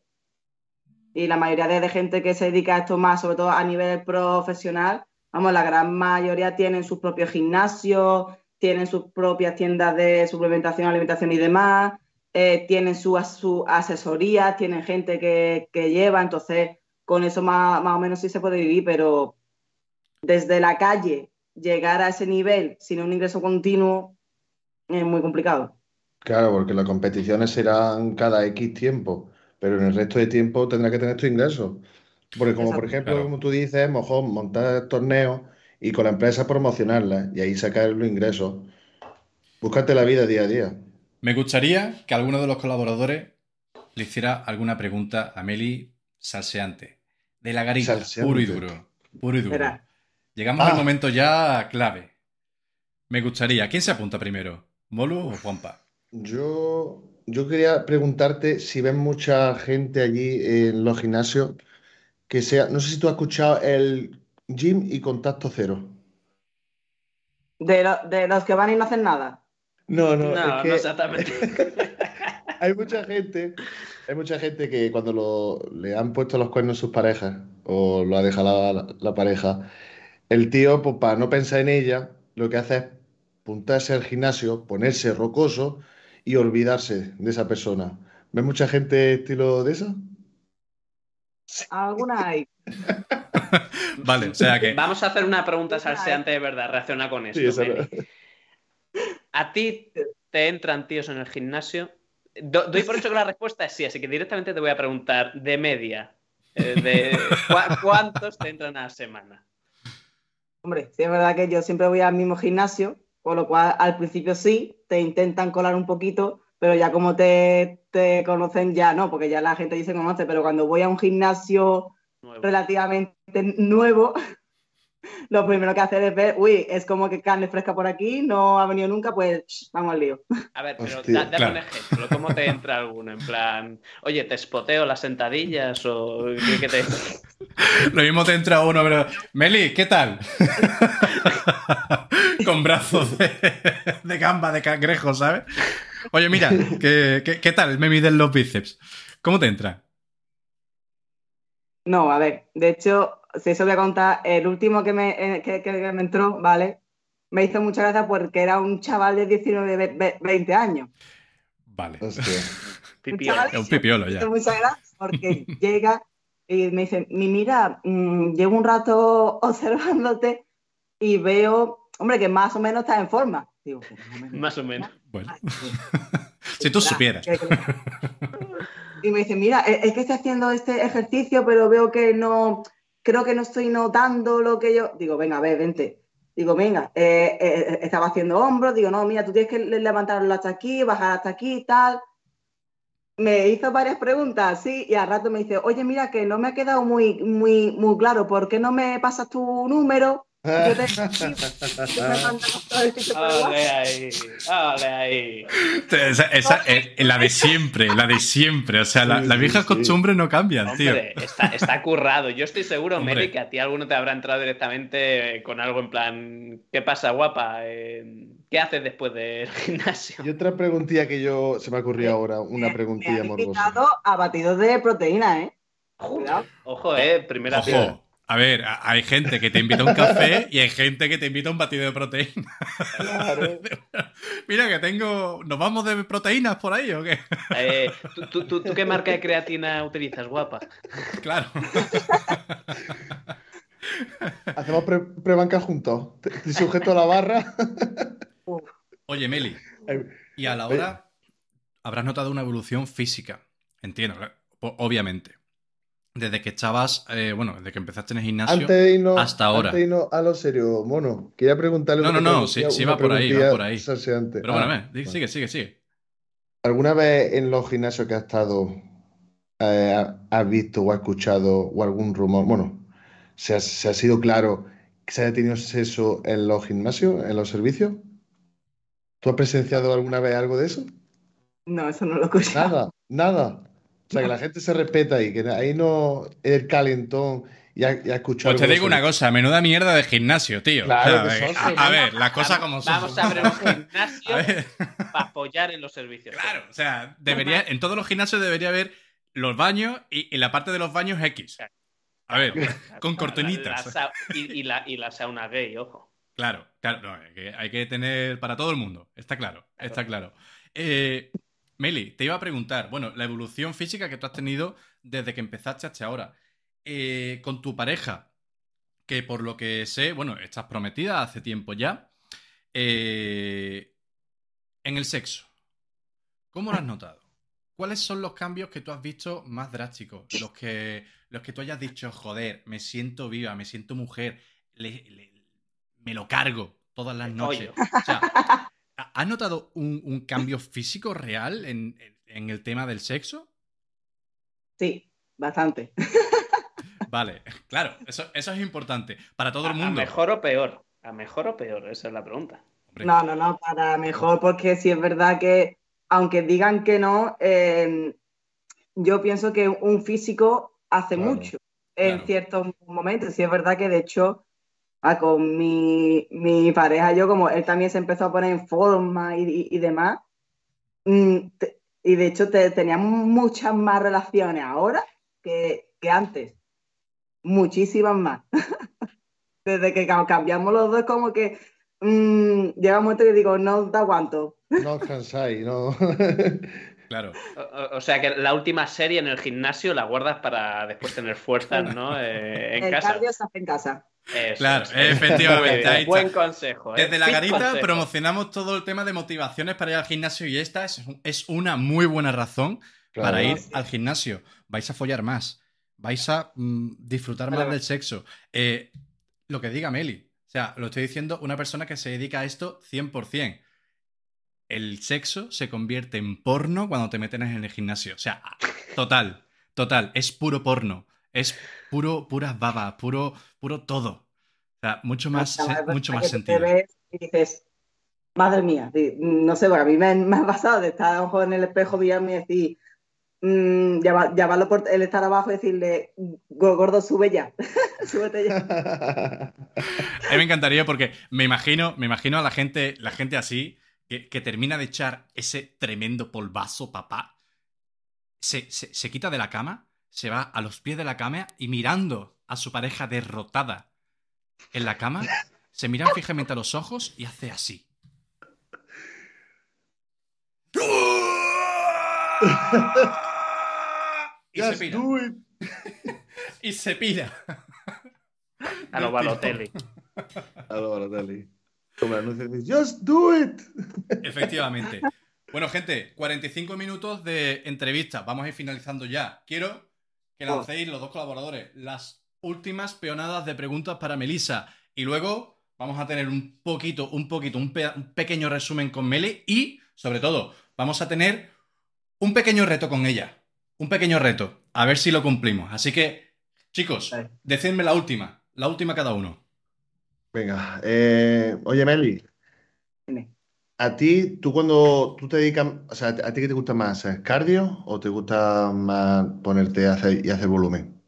Y la mayoría de, de gente que se dedica a esto más, sobre todo a nivel profesional, vamos, la gran mayoría tienen sus propios gimnasios, tienen sus propias tiendas de suplementación, alimentación y demás, eh, tienen su, su asesoría, tienen gente que, que lleva, entonces con eso más, más o menos sí se puede vivir, pero desde la calle llegar a ese nivel sin un ingreso continuo es muy complicado. Claro, porque las competiciones serán cada X tiempo, pero en el resto de tiempo tendrás que tener tus ingresos. Porque como por Exacto. ejemplo, Claro. como tú dices, mejor montar torneos y con la empresa promocionarlas y ahí sacar los ingresos. Búscate la vida día a día. Me gustaría que alguno de los colaboradores le hiciera alguna pregunta a Meli salseante. De la garita, puro y Salseante. duro. Puro y duro. Verás. Llegamos al Ah, momento ya clave. Me gustaría. ¿Quién se apunta primero? ¿Molu o Juanpa? yo, yo quería preguntarte si ves mucha gente allí en los gimnasios que sea, no sé si tú has escuchado el gym y contacto cero. De, lo- de los que van y no hacen nada. No, no, es No, no que exactamente. hay mucha gente, hay mucha gente que cuando lo- le han puesto los cuernos sus parejas o lo ha dejado la, la pareja, el tío, pues para no pensar en ella, lo que hace es apuntarse al gimnasio, ponerse rocoso y olvidarse de esa persona. ¿Ves mucha gente estilo de esa? Alguna hay. Vale, o sea que Vamos a hacer una pregunta Alguna hay. salseante de verdad, reacciona con Sí, esto, esa no. Meli. ¿A ti te entran tíos en el gimnasio? Do- doy por hecho que la respuesta es sí, así que directamente te voy a preguntar, de media, Eh, de, ¿cu- ¿Cuántos te entran a la semana? Hombre, sí es verdad que yo siempre voy al mismo gimnasio, por lo cual al principio sí, te intentan colar un poquito, pero ya como te, te conocen ya no, porque ya la gente dice conoce, pero cuando voy a un gimnasio Nuevo. relativamente nuevo, lo primero que hacer es ver, uy, es como que carne fresca por aquí, no ha venido nunca, pues shh, vamos al lío. A ver, pero Hostia, da- dame claro. un ejemplo. ¿Cómo te entra alguno? En plan, oye, ¿te espoteo las sentadillas o qué, qué te...? Lo mismo te entra uno, pero... Meli, ¿qué tal? Con brazos de, de gamba, de cangrejo, ¿sabes? Oye, mira, ¿qué, qué, qué tal me miden los bíceps? ¿Cómo te entra? No, a ver, de hecho, si eso voy a contar, el último que me, eh, que, que- que me entró, ¿vale? Me hizo mucha gracia porque era un chaval de diecinueve, ve- ve- veinte años. Vale. Hostia. Un Pipiolo. chaval Es un pipiolo me ya. hizo mucha gracia porque llega y me dice, "Mi- mira, mm, llevo un rato observándote y veo, hombre, que más o menos estás en forma. Digo, "Pero más o menos". Más o menos. Bueno. Si tú supieras. Que- que- Y me dice, mira, es es que estoy haciendo este ejercicio, pero veo que no, creo que no estoy notando lo que yo... Digo, venga, a ver, vente. Digo, venga, eh, eh, estaba haciendo hombros, digo, no, mira, tú tienes que le- levantarlo hasta aquí, bajar hasta aquí y tal. Me hizo varias preguntas, sí, y al rato me dice, oye, mira, que no me ha quedado muy, muy, muy claro, ¿por qué no me pasas tu número? Yo te... yo me mando todo el sitio por Ole WhatsApp. ahí, ole ahí. Esa, esa- eh, la de siempre, la de siempre. O sea, la- Sí, las sí, viejas sí. costumbres no cambian, tío. Hombre, está, está currado. Yo estoy seguro, Hombre. Meli, que a ti alguno te habrá entrado directamente con algo en plan, ¿qué pasa, guapa? Eh, ¿Qué haces después del gimnasio? Y otra preguntilla que yo se me ha ocurrido ahora, una Me- preguntilla me han morbosa. invitado a batidos de proteína, ¿eh? Cuidado. Ojo, eh, primera piedra. Ojo. A ver, a- hay gente que te invita a un café y hay gente que te invita a un batido de proteína. Claro. Mira que tengo... ¿Nos vamos de proteínas por ahí o qué? Eh, ¿tú, tú, tú, tú qué marca de creatina utilizas, guapa? Claro. Hacemos pre- prebanca juntos. Te, te sujeto a la barra. Oye, Meli, y a la hora habrás notado una evolución física. Entiendo, o- obviamente. Desde que estabas, eh, bueno, desde que empezaste en el gimnasio Antes de irnos, hasta ahora. antes de irnos a lo serio, mono, quería preguntarle No, una no, no, preguntilla- sí, sí una va por ahí, va preguntilla por ahí. salseante. Pero bueno, Ah, ve, di- vale. sigue, sigue, sigue. ¿Alguna vez en los gimnasios que has estado eh, has visto o has escuchado o algún rumor? Bueno, ¿se ha, se ha sido claro que se haya tenido sexo en los gimnasios, en los servicios? ¿Tú has presenciado alguna vez algo de eso? No, eso no lo he escuchado. Nada, nada. O sea, que la gente se respeta ahí, que ahí no es el calentón y ha, y ha escuchado. Pues te algo digo una sobre- cosa, menuda mierda de gimnasio, tío. Claro O sea, que a, son, a sí. ver, las cosas como son. Vamos a abrir un gimnasio A ver, para apoyar en los servicios. claro, o sea, debería, en todos los gimnasios debería haber los baños y, y la parte de los baños X. A ver, con La- cortinitas. la sa- y, y la, y la sauna gay, ojo. Claro, claro, no, hay que, hay que tener para todo el mundo, está claro, está claro. Eh, Meli, te iba a preguntar, bueno, la evolución física que tú has tenido desde que empezaste hasta ahora. Eh, con tu pareja, que por lo que sé, bueno, estás prometida hace tiempo ya, eh, en el sexo, ¿cómo lo has notado? ¿Cuáles son los cambios que tú has visto más drásticos? Los que, los que tú hayas dicho, joder, me siento viva, me siento mujer, le- le- me lo cargo todas las Me noches. follo. O sea, ¿ha- ¿has notado un, un cambio físico real en, en- en el tema del sexo? Sí, bastante. Vale, claro, eso, eso es importante para todo el ¿A mundo. mejor o peor? ¿A mejor o peor? Esa es la pregunta. Hombre, No, no, no, para mejor, porque sí es verdad que, aunque digan que no, eh, yo pienso que un físico hace Claro, mucho en claro. ciertos momentos. Sí es verdad que, de hecho, ah, con mi, mi pareja, yo como él también se empezó a poner en forma y, y- y demás, mm, te- y de hecho te- teníamos muchas más relaciones ahora que, que antes, muchísimas más. Desde que ca- cambiamos los dos, como que mm, llega un momento que digo, no te aguanto. no os cansáis, no. Claro. O, o- o sea que la última serie en el gimnasio la guardas para después tener fuerzas, ¿no? Eh, en El casa. cardio se hace en casa. Eso, Claro, eso. efectivamente, Muy bien, ahí está. buen consejo. ¿eh? Desde la Big garita consejo. promocionamos todo el tema de motivaciones para ir al gimnasio y esta es, es una muy buena razón Claro. para ir al gimnasio. Vais a follar más, vais a mm, disfrutar más del sexo. Eh, lo que diga Meli. O sea, lo estoy diciendo una persona que se dedica a esto cien por cien. El sexo se convierte en porno cuando te meten en el gimnasio. O sea, total, total. Es puro porno. Es puro, puras babas, puro, puro todo. O sea, mucho más, No, no, se- es mucho verdad más que tú te sentido. ves y dices, madre mía, di- no sé, bueno, a mí me, me ha pasado de estar a lo mejor en el espejo mirarme y decir, mm, llama- llamarlo por el estar abajo y decirle, "Go- gordo, sube ya, súbete ya". A mí me encantaría porque me imagino, me imagino a la gente, la gente así, que, que termina de echar ese tremendo polvazo, papá. Se, se, se quita de la cama, se va a los pies de la cama y mirando a su pareja derrotada en la cama, se miran fijamente a los ojos y hace así. Y se Just pira. do it. Y se pira. A lo Balotelli. A lo Balotelli. Como el anuncio dice, Just do it. Efectivamente. Bueno, gente, cuarenta y cinco minutos de entrevista. Vamos a ir finalizando ya. Quiero que lancéis los dos colaboradores las últimas peonadas de preguntas para Melissa. Y luego vamos a tener un poquito, un poquito, un, pe un pequeño resumen con Meli. Y, sobre todo, vamos a tener un pequeño reto con ella. Un pequeño reto. A ver si lo cumplimos. Así que, chicos, Vale. decidme la última. La última cada uno. Venga, eh, oye Meli, Dime. a ti, tú cuando tú te dedicas, o sea, ¿a ti qué te gusta más? ¿Es cardio o te gusta más ponerte a hacer, y hacer volumen?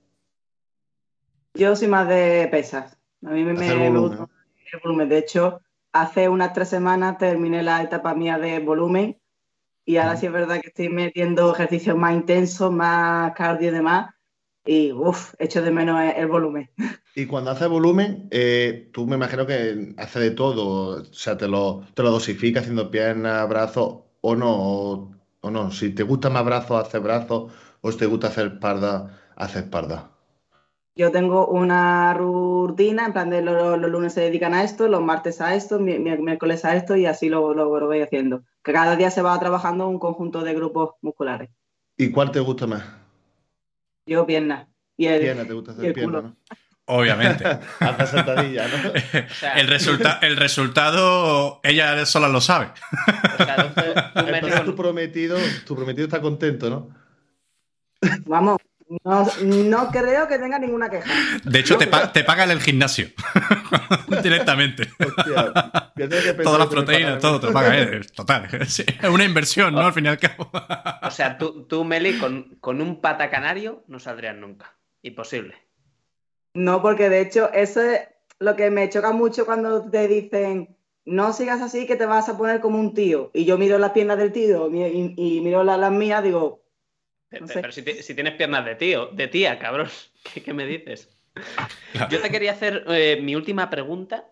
Yo soy más de pesas. A mí me, Hacer me- me volumen. gusta el volumen. De hecho, hace unas tres semanas terminé la etapa mía de volumen y ahora Ujú. sí es verdad que estoy metiendo ejercicios más intensos, más cardio y demás. Y uff, echo de menos el, el volumen. Y cuando haces volumen, eh, tú me imagino que haces de todo, o sea, te lo, te lo dosificas haciendo piernas, brazos, o no, o, o no. Si te gusta más brazos, haces brazos, o si te gusta hacer espalda, haces espalda. Yo tengo una rutina, en plan de los, los lunes se dedican a esto, los martes a esto, mi- mi- miércoles a esto y así lo, lo, lo voy haciendo. Que cada día se va trabajando un conjunto de grupos musculares. ¿Y cuál te gusta más? Yo piernas y el, Pierna, te gusta y hacer el pierna, culo. ¿no? Obviamente. Hacer sentadilla, ¿no? sea- el, resulta el resultado, ella sola lo sabe. O sea, entonces, tú, Meli, Entonces tu con- prometido, tu prometido está contento, ¿no? Vamos, no, no creo que tenga ninguna queja. De hecho, te, pa te pagan el gimnasio. Directamente. Hostia, voy a tener que pensar Todas las que me proteínas, pagan. todo te lo paga él. Total. Sí, es una inversión, ¿no? Al fin y al cabo. o sea, tú, tú Meli, con, con un pata canario no saldrías nunca. Imposible. No, porque de hecho eso es lo que me choca mucho cuando te dicen no sigas así que te vas a poner como un tío. Y yo miro las piernas del tío y, y- y miro la- las mías, digo, Pe- No pe- sé. Pero si, ti- si tienes piernas de tío, de tía, cabrón. ¿Qué, qué me dices? Claro. Yo te quería hacer eh, mi última pregunta.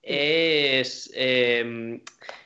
Es. eh,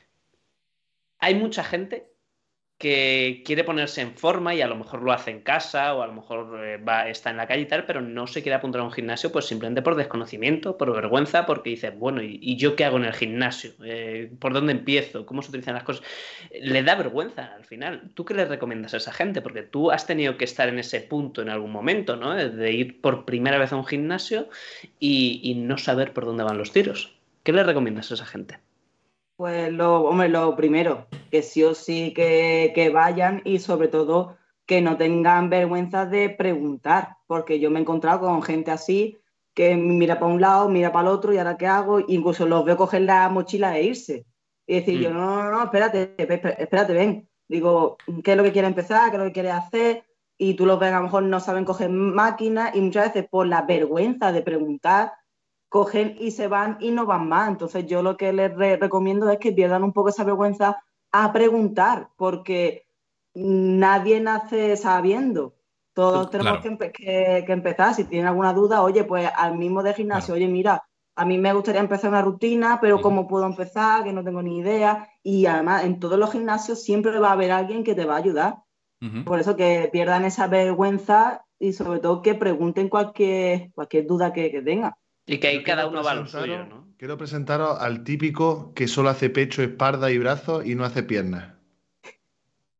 hay mucha gente que quiere ponerse en forma y a lo mejor lo hace en casa o a lo mejor eh, va, está en la calle y tal, pero no se quiere apuntar a un gimnasio pues simplemente por desconocimiento, por vergüenza, porque dices, bueno, ¿y, y yo qué hago en el gimnasio? Eh, ¿por dónde empiezo? ¿Cómo se utilizan las cosas? Le da vergüenza al final. ¿Tú qué le recomiendas a esa gente? Porque tú has tenido que estar en ese punto en algún momento, ¿no? De ir por primera vez a un gimnasio y, y no saber por dónde van los tiros. ¿Qué le recomiendas a esa gente? pues lo, hombre, lo primero, que sí o sí que, que vayan y sobre todo que no tengan vergüenza de preguntar, porque yo me he encontrado con gente así que mira para un lado, mira para el otro y ahora qué hago, incluso los veo coger la mochila e irse. Y decir, Mm. yo, no, no, no, espérate, espérate, espérate, ven. Digo, ¿qué es lo que quiere empezar? ¿Qué es lo que quiere hacer? Y tú los ves, a lo mejor no saben coger máquinas y muchas veces por la vergüenza de preguntar, cogen y se van y no van más. Entonces yo lo que les re recomiendo es que pierdan un poco esa vergüenza a preguntar, porque nadie nace sabiendo. Todos tenemos Claro. que, empe que, que empezar. Si tienen alguna duda, oye, pues al mismo de gimnasio, Claro. oye, mira, a mí me gustaría empezar una rutina, pero Ujú. ¿cómo puedo empezar? Que no tengo ni idea. Y además, en todos los gimnasios siempre va a haber alguien que te va a ayudar. Ujú. Por eso que pierdan esa vergüenza y sobre todo que pregunten cualquier, cualquier duda que, que tengan. Y que ahí Quiero cada uno va a lo presentaros- suyo, ¿no? Quiero presentaros al típico que solo hace pecho, espalda y brazos y no hace piernas.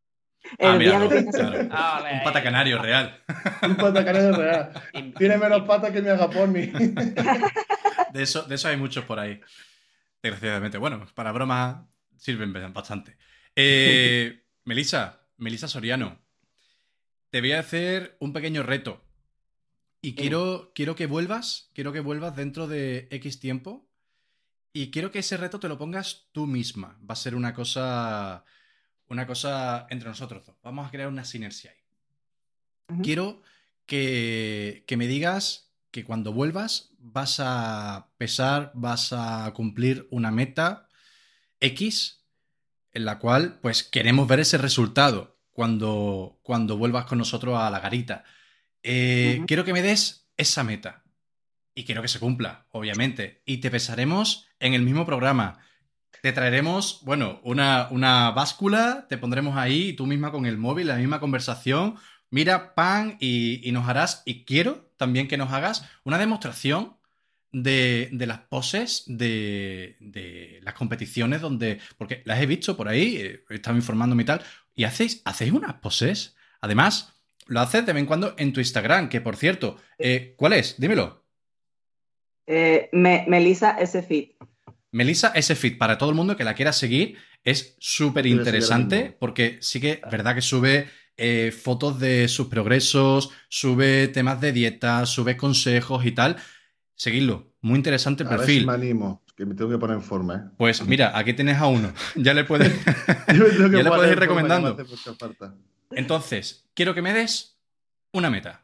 El Ah, día mira, de no, Peña- claro. Ah, vale, Un ahí. pata canario real. Un pata canario real. Y- Tiene menos patas que mi agaponi. De eso, de eso hay muchos por ahí. Desgraciadamente. Bueno, para bromas sirven bastante. Eh, Melissa, Melissa Soriano, te voy a hacer un pequeño reto. Y quiero, quiero que vuelvas, quiero que vuelvas dentro de X tiempo. Y quiero que ese reto te lo pongas tú misma. Va a ser una cosa, una cosa entre nosotros dos. Vamos a crear una sinergia ahí. Ujú. Quiero que, que me digas que cuando vuelvas vas a pesar, vas a cumplir una meta X en la cual pues queremos ver ese resultado cuando, cuando vuelvas con nosotros a la garita. Eh, Ujú. Quiero que me des esa meta y quiero que se cumpla, obviamente. Y te pesaremos en el mismo programa. Te traeremos, bueno, una, una báscula, te pondremos ahí tú misma con el móvil, la misma conversación. Mira, pan, y, y nos harás, y quiero también que nos hagas una demostración de, de las poses de, de las competiciones donde, porque las he visto por ahí, eh, he estado informándome y tal, y hacéis, hacéis unas poses. Además, lo haces de vez en cuando en tu Instagram, que por cierto, eh, ¿cuál es? Dímelo. Eh, Me- Melissa S. Fit. Melissa S. Fit, para todo el mundo que la quiera seguir, es súper Quiero seguir ahora interesante mismo. porque sí que, verdad que sube eh, fotos de sus progresos, sube temas de dieta, sube consejos y tal. Seguidlo, muy interesante el A ver perfil. si me animo, que me tengo que poner en forma, ¿eh? Pues mira, aquí tienes a uno. Ya le puedes, Yo me tengo que ya le poner puedes ir en forma, que me recomendando. hace mucha falta. Entonces, quiero que me des una meta.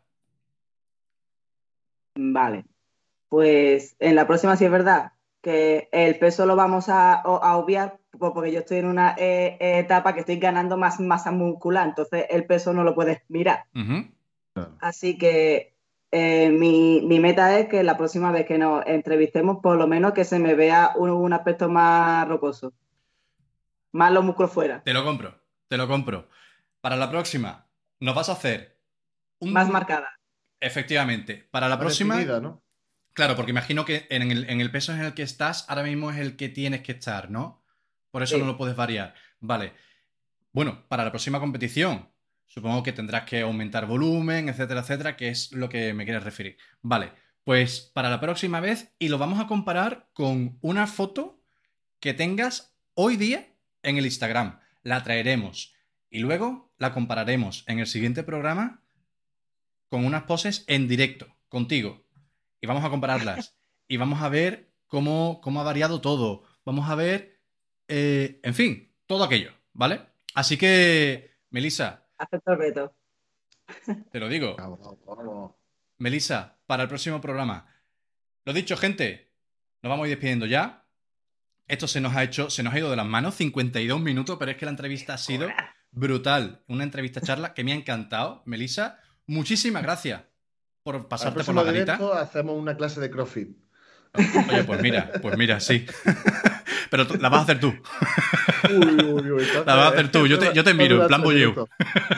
Vale. Pues en la próxima sí es verdad que el peso lo vamos a, a obviar po- porque yo estoy en una eh, etapa que estoy ganando más masa muscular, entonces el peso no lo puedes mirar. Ujú. Así que eh, mi, mi meta es que la próxima vez que nos entrevistemos, por lo menos que se me vea un, un aspecto más rocoso, más los músculos fuera, Te lo compro, te lo compro. Para la próxima, nos vas a hacer un... más marcada. Efectivamente, para la Más próxima... definida, ¿no? Claro, porque imagino que en el, en el peso en el que estás, ahora mismo es el que tienes que estar, ¿no? Por eso Sí. no lo puedes variar. Vale. Bueno, para la próxima competición, supongo que tendrás que aumentar volumen, etcétera, etcétera, que es lo que me quieres referir. Vale, pues para la próxima vez, y lo vamos a comparar con una foto que tengas hoy día en el Instagram. La traeremos y luego la compararemos en el siguiente programa con unas poses en directo, contigo. Y vamos a compararlas. Y vamos a ver cómo, cómo ha variado todo. Vamos a ver, eh, en fin, todo aquello, ¿vale? Así que, Melissa, Acepto el reto. te lo digo, Vamos, vamos. Melissa, para el próximo programa. Lo dicho, gente, nos vamos a ir despidiendo ya. Esto se nos ha hecho, se nos ha ido de las manos, cincuenta y dos minutos, pero es que la entrevista ha sido brutal. Una entrevista charla que me ha encantado. Melissa, muchísimas gracias por Al pasarte por próximo la garita. directo hacemos una clase de CrossFit. Oye, pues mira, pues mira, sí. Pero tú- la vas a hacer tú. Uy, uy, uy. La vas a hacer tú. Yo te, yo te miro, en plan bolleo. minutos.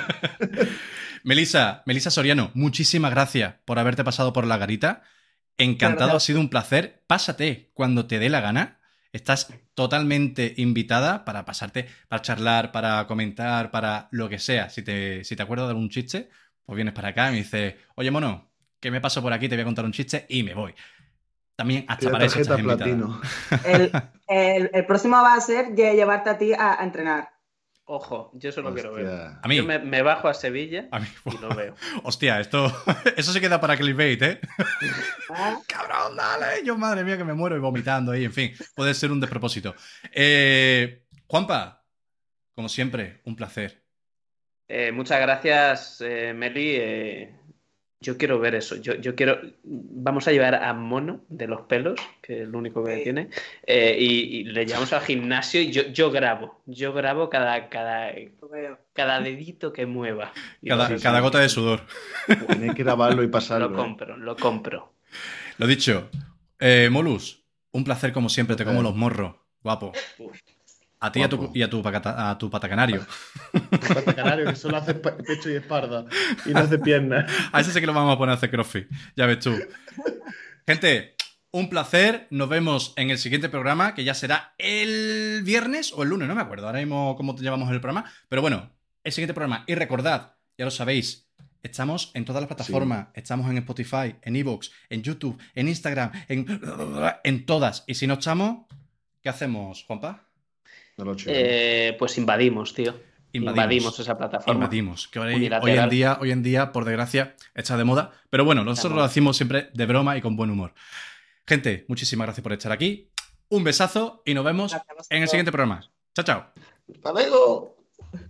Melissa, Melissa Soriano, muchísimas gracias por haberte pasado por la garita. Encantado, Gracias. ha sido un placer. Pásate cuando te dé la gana. Estás totalmente invitada para pasarte, para charlar, para comentar, para lo que sea. Si te, si te acuerdas de algún chiste, pues vienes para acá y me dices, oye, mono, que me paso por aquí, te voy a contar un chiste y me voy. También hasta Y la para eso tarjeta estás invitada. platino. El, el- el próximo va a ser lle- llevarte a ti a, a entrenar. Ojo, yo eso lo quiero ver. Hostia. A mí, Yo me, me bajo a Sevilla a mí. y lo veo. Hostia, esto, eso se queda para clickbait, ¿eh? ¿Ah? Cabrón, dale. Yo, madre mía, que me muero y vomitando ahí. En fin, puede ser un despropósito. Eh, Juanpa, como siempre, un placer. Eh, muchas gracias, eh, Meli. Eh, yo quiero ver eso. Yo, yo quiero. Vamos a llevar a Mono de los pelos, que es lo único que Sí. tiene, eh, y, y le llevamos al gimnasio y yo, yo grabo. Yo grabo cada, cada, Lo veo. cada dedito que mueva. Y Cada, lo- cada gota de sudor. Tenéis que grabarlo y pasarlo. Lo ¿eh? compro, lo compro. Lo dicho, eh, Molus, un placer como siempre. Te como los morros. Guapo. Uf. A ti y a tu, Guapo. y a tu, pacata- a tu patacanario. Pata canario que solo hace pe- pecho y espalda y no hace piernas. A ese sí que lo vamos a poner a hacer crossfit. Ya ves tú. Gente, un placer. Nos vemos en el siguiente programa, que ya será el viernes o el lunes, no me acuerdo ahora mismo cómo llevamos el programa. Pero bueno, el siguiente programa. Y recordad, ya lo sabéis, estamos en todas las plataformas. Sí. Estamos en Spotify, en iVoox, en YouTube, en Instagram, en, en todas. Y si no estamos, ¿qué hacemos, Juanpa? Eh, pues invadimos, tío. Invadimos, invadimos esa plataforma. Invadimos. Que hoy, hoy, en día, hoy en día, por desgracia, está de moda. Pero bueno, nosotros lo decimos siempre de broma y con buen humor. Gente, muchísimas gracias por estar aquí. Un besazo y nos vemos en el siguiente programa. Chao, chao. Hasta luego.